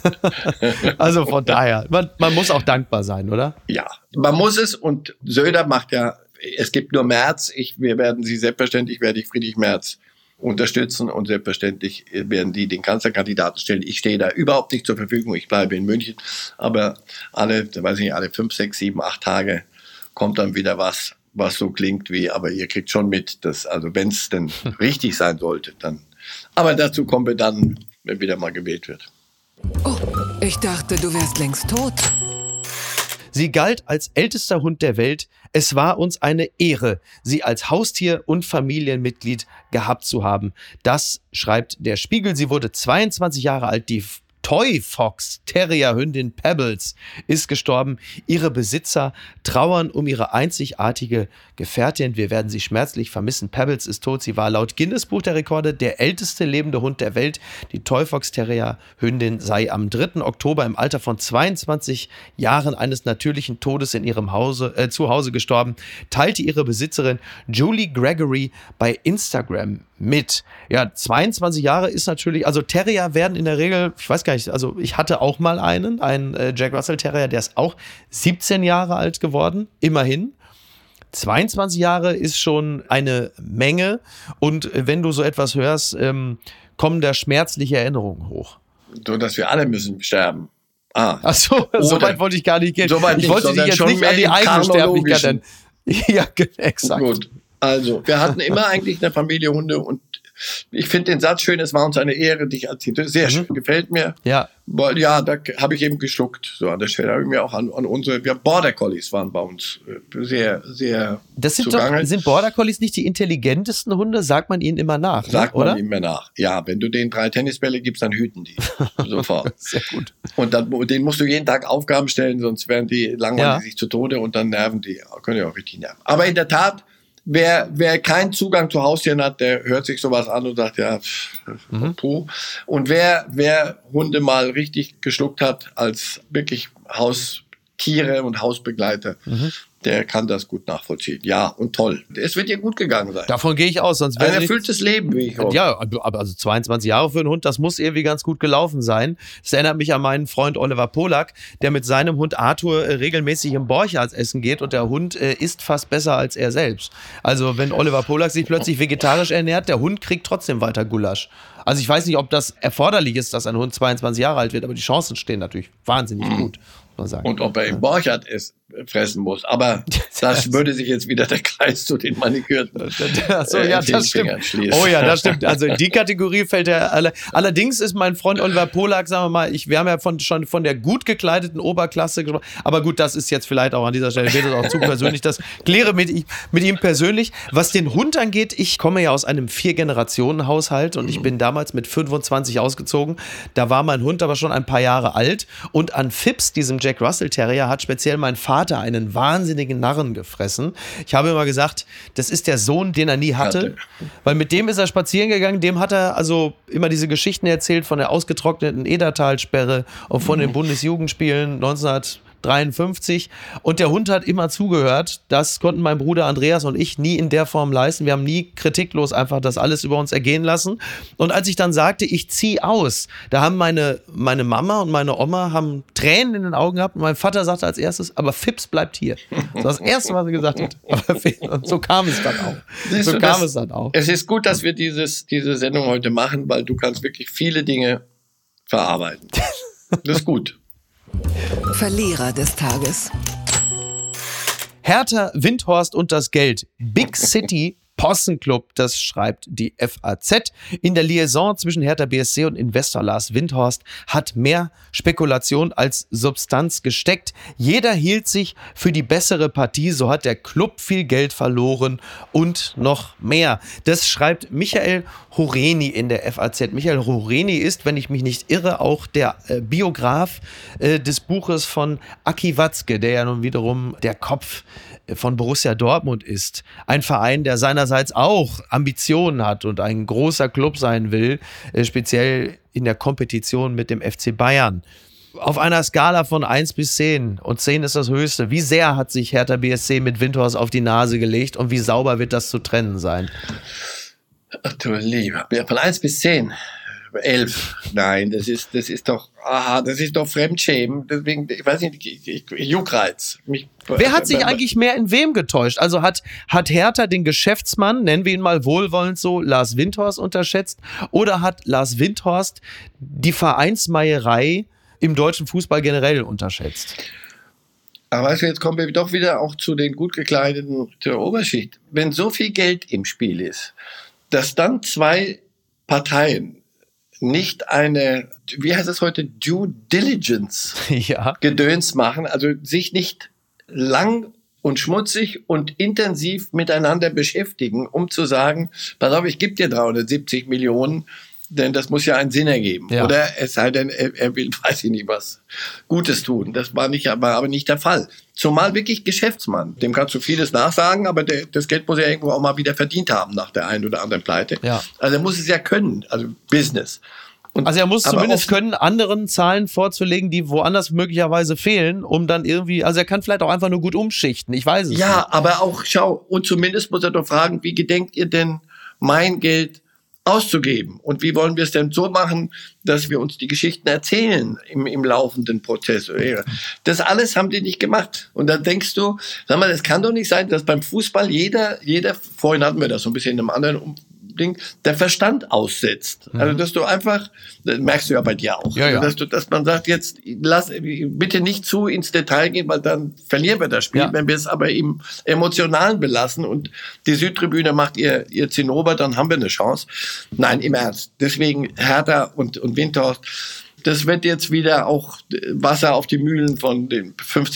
Also von daher, man muss auch dankbar sein, oder? Ja, man muss es, und Söder macht ja, es gibt nur Merz, werde ich Friedrich Merz unterstützen, und selbstverständlich werden die den Kanzlerkandidaten stellen. Ich stehe da überhaupt nicht zur Verfügung, ich bleibe in München, aber alle 5, 6, 7, 8 Tage kommt dann wieder was so klingt wie, aber ihr kriegt schon mit, dass, also wenn es denn richtig sein sollte, dann. Aber dazu kommen wir dann, wenn wieder mal gewählt wird. Oh, ich dachte, du wärst längst tot. Sie galt als ältester Hund der Welt. Es war uns eine Ehre, sie als Haustier und Familienmitglied gehabt zu haben. Das schreibt der Spiegel. Sie wurde 22 Jahre alt. Die Toy Fox Terrier-Hündin Pebbles ist gestorben. Ihre Besitzer trauern um ihre einzigartige Gefährtin. Wir werden sie schmerzlich vermissen. Pebbles ist tot. Sie war laut Guinness Buch der Rekorde der älteste lebende Hund der Welt. Die Toy Fox Terrier-Hündin sei am 3. Oktober im Alter von 22 Jahren eines natürlichen Todes in ihrem Zuhause gestorben, teilte ihre Besitzerin Julie Gregory bei Instagram mit. Ja, 22 Jahre ist natürlich, also Terrier werden in der Regel, ich weiß gar nicht, also ich hatte auch mal einen Jack Russell Terrier, der ist auch 17 Jahre alt geworden, immerhin. 22 Jahre ist schon eine Menge, und wenn du so etwas hörst, kommen da schmerzliche Erinnerungen hoch. So, dass wir alle müssen sterben. Ach so, so weit wollte ich gar nicht gehen. So weit ich wollte dich jetzt nicht an die eigene Sterblichkeit. Ja, exakt. Gut. Also, wir hatten immer eigentlich in der Familie Hunde, und ich finde den Satz schön, es war uns eine Ehre, dich als sehr schön, gefällt mir. Ja. Weil, ja, da habe ich eben geschluckt. So an der Stelle habe ich mir auch an unsere, Border Collies waren bei uns sehr, sehr das sind Border Collies nicht die intelligentesten Hunde? Sagt man ihnen immer nach, Sagt oder? man ihnen immer nach. Ja, wenn du denen 3 Tennisbälle gibst, dann hüten die sofort. Sehr gut. Und denen musst du jeden Tag Aufgaben stellen, sonst werden die langweilig sich zu Tode, und dann nerven die, können ja auch richtig nerven. Aber in der Tat, Wer keinen Zugang zu Haustieren hat, der hört sich sowas an und sagt, ja, puh. Und wer Hunde mal richtig geschluckt hat als wirklich Haustiere und Hausbegleiter, der kann das gut nachvollziehen. Ja, und toll. Es wird dir gut gegangen sein. Davon gehe ich aus. Sonst ein erfülltes Leben, wie ich hoffe. Ja, aber also 22 Jahre für einen Hund, das muss irgendwie ganz gut gelaufen sein. Das erinnert mich an meinen Freund Oliver Polak, der mit seinem Hund Arthur regelmäßig im Borchards essen geht, und der Hund isst fast besser als er selbst. Also wenn Oliver Polak sich plötzlich vegetarisch ernährt, der Hund kriegt trotzdem weiter Gulasch. Also ich weiß nicht, ob das erforderlich ist, dass ein Hund 22 Jahre alt wird, aber die Chancen stehen natürlich wahnsinnig gut. Und ob er im Borchardt fressen muss. Aber das würde sich jetzt wieder der Kreis zu den Manikürten. So, ja, das stimmt. Oh ja, das stimmt. Also in die Kategorie fällt er. Allerdings ist mein Freund Oliver Polak, sagen wir mal, wir haben ja schon von der gut gekleideten Oberklasse gesprochen. Aber gut, das ist jetzt vielleicht auch an dieser Stelle, wird es auch zu persönlich. Das kläre mit ihm persönlich. Was den Hund angeht, ich komme ja aus einem 4-Generationen-Haushalt, und ich bin damals mit 25 ausgezogen. Da war mein Hund aber schon ein paar Jahre alt, und an Phipps, diesem Jack Russell Terrier, hat speziell mein Vater einen wahnsinnigen Narren gefressen. Ich habe immer gesagt, das ist der Sohn, den er nie hatte, weil mit dem ist er spazieren gegangen, dem hat er also immer diese Geschichten erzählt von der ausgetrockneten Edertalsperre und von den Bundesjugendspielen 1953, und der Hund hat immer zugehört. Das konnten mein Bruder Andreas und ich nie in der Form leisten. Wir haben nie kritiklos einfach das alles über uns ergehen lassen. Und als ich dann sagte, ich ziehe aus, da haben meine Mama und meine Oma haben Tränen in den Augen gehabt, und mein Vater sagte als erstes, aber Phipps bleibt hier. Das war das Erste, was er gesagt hat. Und so kam es dann auch. Es ist gut, dass wir diese Sendung heute machen, weil du kannst wirklich viele Dinge verarbeiten. Das ist gut. Verlierer des Tages. Hertha, Windhorst und das Geld. Big City Possenclub, das schreibt die FAZ. In der Liaison zwischen Hertha BSC und Investor Lars Windhorst hat mehr Spekulation als Substanz gesteckt. Jeder hielt sich für die bessere Partie, so hat der Club viel Geld verloren und noch mehr. Das schreibt Michael Horeni in der FAZ. Michael Horeni ist, wenn ich mich nicht irre, auch der Biograf des Buches von Aki Watzke, der ja nun wiederum der Kopf von Borussia Dortmund ist. Ein Verein, der seinerseits auch Ambitionen hat und ein großer Club sein will, speziell in der Kompetition mit dem FC Bayern. Auf einer Skala von 1 bis 10, und 10 ist das Höchste, wie sehr hat sich Hertha BSC mit Windhorst auf die Nase gelegt und wie sauber wird das zu trennen sein? Ach du Lieber, von 1 bis 10. 11. Nein, das ist doch Fremdschämen. Deswegen, ich weiß nicht, Juckreiz. Wer hat sich eigentlich mehr in wem getäuscht? Also hat Hertha den Geschäftsmann, nennen wir ihn mal wohlwollend so, Lars Windhorst unterschätzt? Oder hat Lars Windhorst die Vereinsmeierei im deutschen Fußball generell unterschätzt? Aber weißt du, jetzt kommen wir doch wieder auch zu den gut gekleideten der Oberschicht. Wenn so viel Geld im Spiel ist, dass dann zwei Parteien nicht eine, wie heißt es heute, Due Diligence Gedöns machen, also sich nicht lang und schmutzig und intensiv miteinander beschäftigen, um zu sagen, pass auf, ich gebe dir 370 Millionen, denn das muss ja einen Sinn ergeben. Ja. Oder es sei denn, er will, weiß ich nicht was, Gutes tun. Das war aber nicht der Fall. Zumal wirklich Geschäftsmann. Dem kannst du vieles nachsagen, aber das Geld muss er irgendwo auch mal wieder verdient haben nach der einen oder anderen Pleite. Ja. Also er muss es ja können, also Business. Also er muss zumindest können, anderen Zahlen vorzulegen, die woanders möglicherweise fehlen, um dann irgendwie, also er kann vielleicht auch einfach nur gut umschichten, ich weiß es nicht. Ja, aber auch, schau, und zumindest muss er doch fragen, wie gedenkt ihr denn, mein Geld auszugeben? Und wie wollen wir es denn so machen, dass wir uns die Geschichten erzählen im laufenden Prozess? Das alles haben die nicht gemacht. Und dann denkst du, sag mal, es kann doch nicht sein, dass beim Fußball jeder, vorhin hatten wir das so ein bisschen in einem anderen Ding, der Verstand aussetzt. Also, dass du einfach, das merkst du ja bei dir auch, dass man sagt, jetzt lass bitte nicht zu ins Detail gehen, weil dann verlieren wir das Spiel. Ja. Wenn wir es aber im Emotionalen belassen und die Südtribüne macht ihr Zinnober, dann haben wir eine Chance. Nein, im Ernst. Deswegen Hertha und Windhorst, das wird jetzt wieder auch Wasser auf die Mühlen von den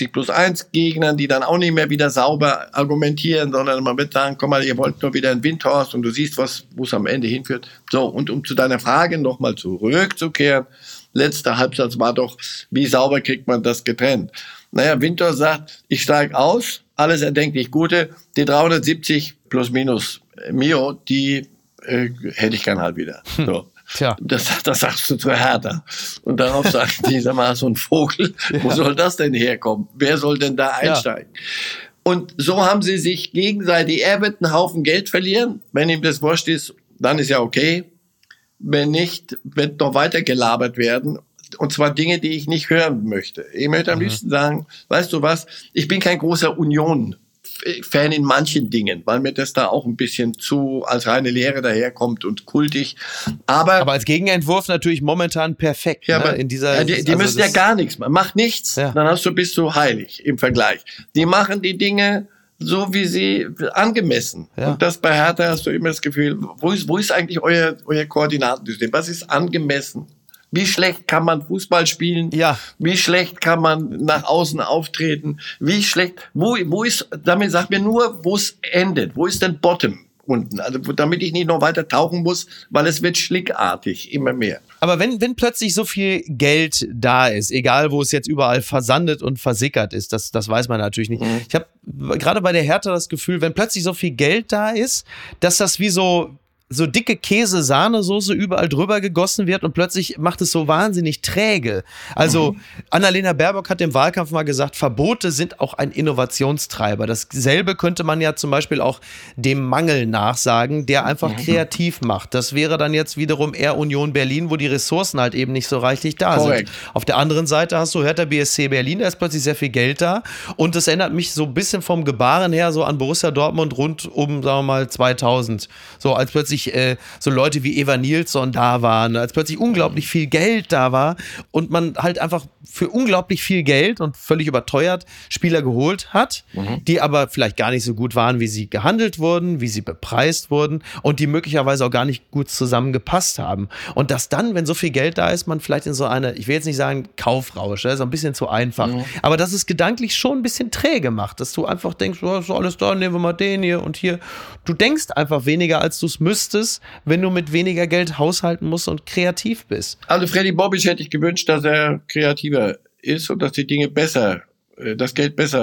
50+1 Gegnern, die dann auch nicht mehr wieder sauber argumentieren, sondern man wird sagen, komm mal, ihr wollt nur wieder einen Windhorst und du siehst, wo es am Ende hinführt. So, und um zu deiner Frage nochmal zurückzukehren, letzter Halbsatz war doch, wie sauber kriegt man das getrennt? Naja, Windhorst sagt, ich steige aus, alles erdenklich Gute, die 370 plus minus Mio, die hätte ich gern halt wieder. So. Tja. Das sagst du zu Hertha. Und darauf sagt die, sag mal, so ein Vogel, wo soll das denn herkommen? Wer soll denn da einsteigen? Ja. Und so haben sie sich gegenseitig, er wird einen Haufen Geld verlieren, wenn ihm das wurscht ist, dann ist ja okay. Wenn nicht, wird noch weiter gelabert werden. Und zwar Dinge, die ich nicht hören möchte. Ich möchte am liebsten sagen, weißt du was, ich bin kein großer Union-Fan in manchen Dingen, weil mir das da auch ein bisschen zu als reine Lehre daherkommt und kultig. Aber als Gegenentwurf natürlich momentan perfekt. Ja, aber in dieser, die müssen ja gar nichts machen. Mach nichts, dann bist du heilig im Vergleich. Die machen die Dinge so, wie sie angemessen. Ja. Und das bei Hertha hast du immer das Gefühl, wo ist eigentlich euer Koordinatensystem? Was ist angemessen? Wie schlecht kann man Fußball spielen? Ja. Wie schlecht kann man nach außen auftreten? Wie schlecht, wo ist, damit sag mir nur, wo es endet. Wo ist denn Bottom unten? Also, damit ich nicht noch weiter tauchen muss, weil es wird schlickartig, immer mehr. Aber wenn plötzlich so viel Geld da ist, egal wo es jetzt überall versandet und versickert ist, das weiß man natürlich nicht. Ich habe gerade bei der Hertha das Gefühl, wenn plötzlich so viel Geld da ist, dass das wie so dicke Käse-Sahnesoße überall drüber gegossen wird und plötzlich macht es so wahnsinnig träge. Also Annalena Baerbock hat im Wahlkampf mal gesagt, Verbote sind auch ein Innovationstreiber. Dasselbe könnte man ja zum Beispiel auch dem Mangel nachsagen, der einfach kreativ macht. Das wäre dann jetzt wiederum eher Union Berlin, wo die Ressourcen halt eben nicht so reichlich da sind. Auf der anderen Seite hast du Hertha BSC Berlin, da ist plötzlich sehr viel Geld da und das erinnert mich so ein bisschen vom Gebaren her so an Borussia Dortmund rund um, sagen wir mal, 2000. So als plötzlich so Leute wie Eva Nilsson da waren, als plötzlich unglaublich viel Geld da war und man halt einfach für unglaublich viel Geld und völlig überteuert Spieler geholt hat, die aber vielleicht gar nicht so gut waren, wie sie gehandelt wurden, wie sie bepreist wurden und die möglicherweise auch gar nicht gut zusammengepasst haben. Und dass dann, wenn so viel Geld da ist, man vielleicht in so eine, ich will jetzt nicht sagen Kaufrausch, das ist ein bisschen zu einfach, aber dass es gedanklich schon ein bisschen träge macht, dass du einfach denkst, oh, ist alles da, nehmen wir mal den hier und hier. Du denkst einfach weniger, als du es müsstest, wenn du mit weniger Geld haushalten musst und kreativ bist. Also Freddy Bobic hätte ich gewünscht, dass er kreativer ist und dass die Dinge besser, das Geld besser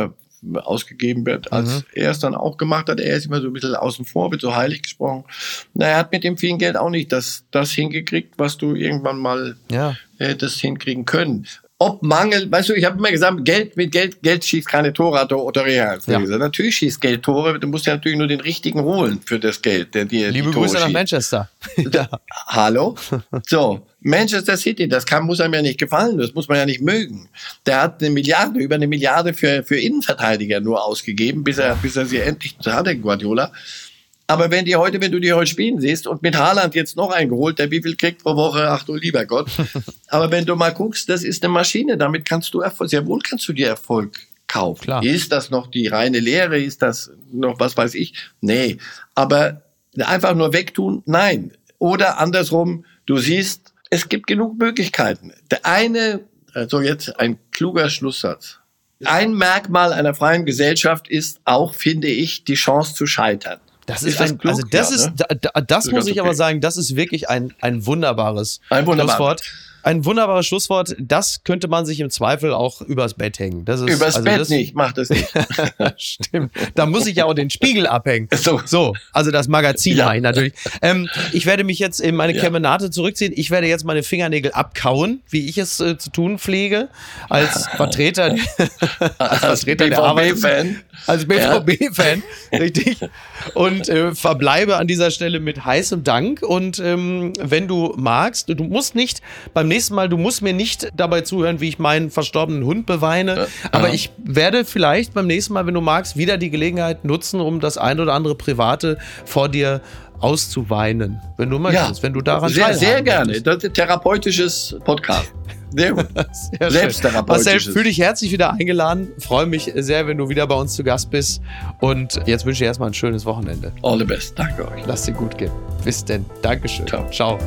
ausgegeben wird, als er es dann auch gemacht hat. Er ist immer so ein bisschen außen vor, wird so heilig gesprochen. Na, er hat mit dem vielen Geld auch nicht das hingekriegt, was du irgendwann mal hättest hinkriegen können. Ob Mangel, weißt du, ich habe immer gesagt, Geld schießt keine Tore, hat Otto Rehhagel gesagt. Natürlich schießt Geld Tore, du musst ja natürlich nur den richtigen holen für das Geld, der dir Liebe die Tore Grüße nach schießt. Manchester. Hallo? So, Manchester City, muss einem ja nicht gefallen, das muss man ja nicht mögen. Der hat über eine Milliarde für Innenverteidiger nur ausgegeben, bis er sie endlich hatte, Guardiola. Aber wenn du die heute spielen siehst und mit Haaland jetzt noch einen geholt, der wie viel kriegt pro Woche, ach du lieber Gott. Aber wenn du mal guckst, das ist eine Maschine, damit kannst du sehr wohl kannst du dir Erfolg kaufen. Klar. Ist das noch die reine Lehre, ist das noch was weiß ich? Nee, aber einfach nur wegtun, nein. Oder andersrum, du siehst, es gibt genug Möglichkeiten. Jetzt ein kluger Schlusssatz. Ein Merkmal einer freien Gesellschaft ist auch, finde ich, die Chance zu scheitern. Das muss ich aber sagen, das ist wirklich ein wunderbares Schlusswort. Ein wunderbares Schlusswort, das könnte man sich im Zweifel auch übers Bett hängen. Übers Bett nicht, mach das nicht. Stimmt, da muss ich ja auch den Spiegel abhängen. So, also das Magazin natürlich. Ich werde mich jetzt in meine Kemenate zurückziehen. Ich werde jetzt meine Fingernägel abkauen, wie ich es zu tun pflege, als Vertreter der Arbeit. Als BVB-Fan, richtig. Und verbleibe an dieser Stelle mit heißem Dank. Und wenn du magst, du musst mir nicht dabei zuhören, wie ich meinen verstorbenen Hund beweine. Aber ich werde vielleicht beim nächsten Mal, wenn du magst, wieder die Gelegenheit nutzen, um das ein oder andere Private vor dir auszuweinen. Wenn du möchtest, wenn du daran teilhaben sehr gerne. Möchtest. Das ist ein therapeutisches Podcast. Sehr gut. Selbsttherapeutisches. Marcel, fühl dich herzlich wieder eingeladen. Freue mich sehr, wenn du wieder bei uns zu Gast bist. Und jetzt wünsche ich erstmal ein schönes Wochenende. All the best. Danke euch. Lass dir gut gehen. Bis denn. Dankeschön. Ciao.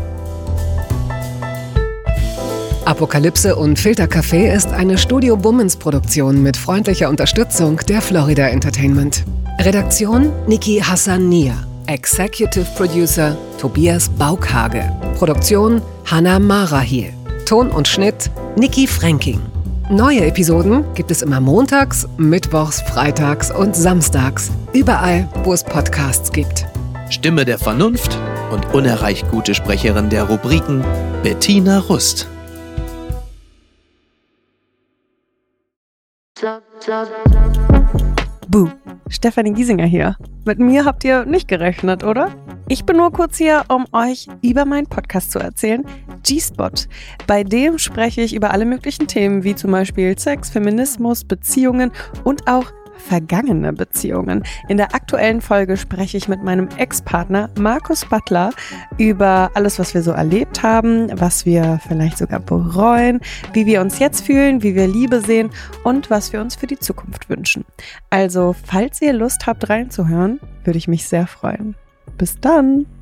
Apokalypse und Filtercafé ist eine Studio Bummens Produktion mit freundlicher Unterstützung der Florida Entertainment. Redaktion Niki Hassania. Executive Producer Tobias Baukhage. Produktion Hannah Marahiel. Ton und Schnitt Niki Fränking. Neue Episoden gibt es immer montags, mittwochs, freitags und samstags. Überall, wo es Podcasts gibt. Stimme der Vernunft und unerreicht gute Sprecherin der Rubriken Bettina Rust. Buh, Stefanie Giesinger hier. Mit mir habt ihr nicht gerechnet, oder? Ich bin nur kurz hier, um euch über meinen Podcast zu erzählen, G-Spot. Bei dem spreche ich über alle möglichen Themen, wie zum Beispiel Sex, Feminismus, Beziehungen und auch vergangene Beziehungen. In der aktuellen Folge spreche ich mit meinem Ex-Partner Markus Butler über alles, was wir so erlebt haben, was wir vielleicht sogar bereuen, wie wir uns jetzt fühlen, wie wir Liebe sehen und was wir uns für die Zukunft wünschen. Also, falls ihr Lust habt reinzuhören, würde ich mich sehr freuen. Bis dann!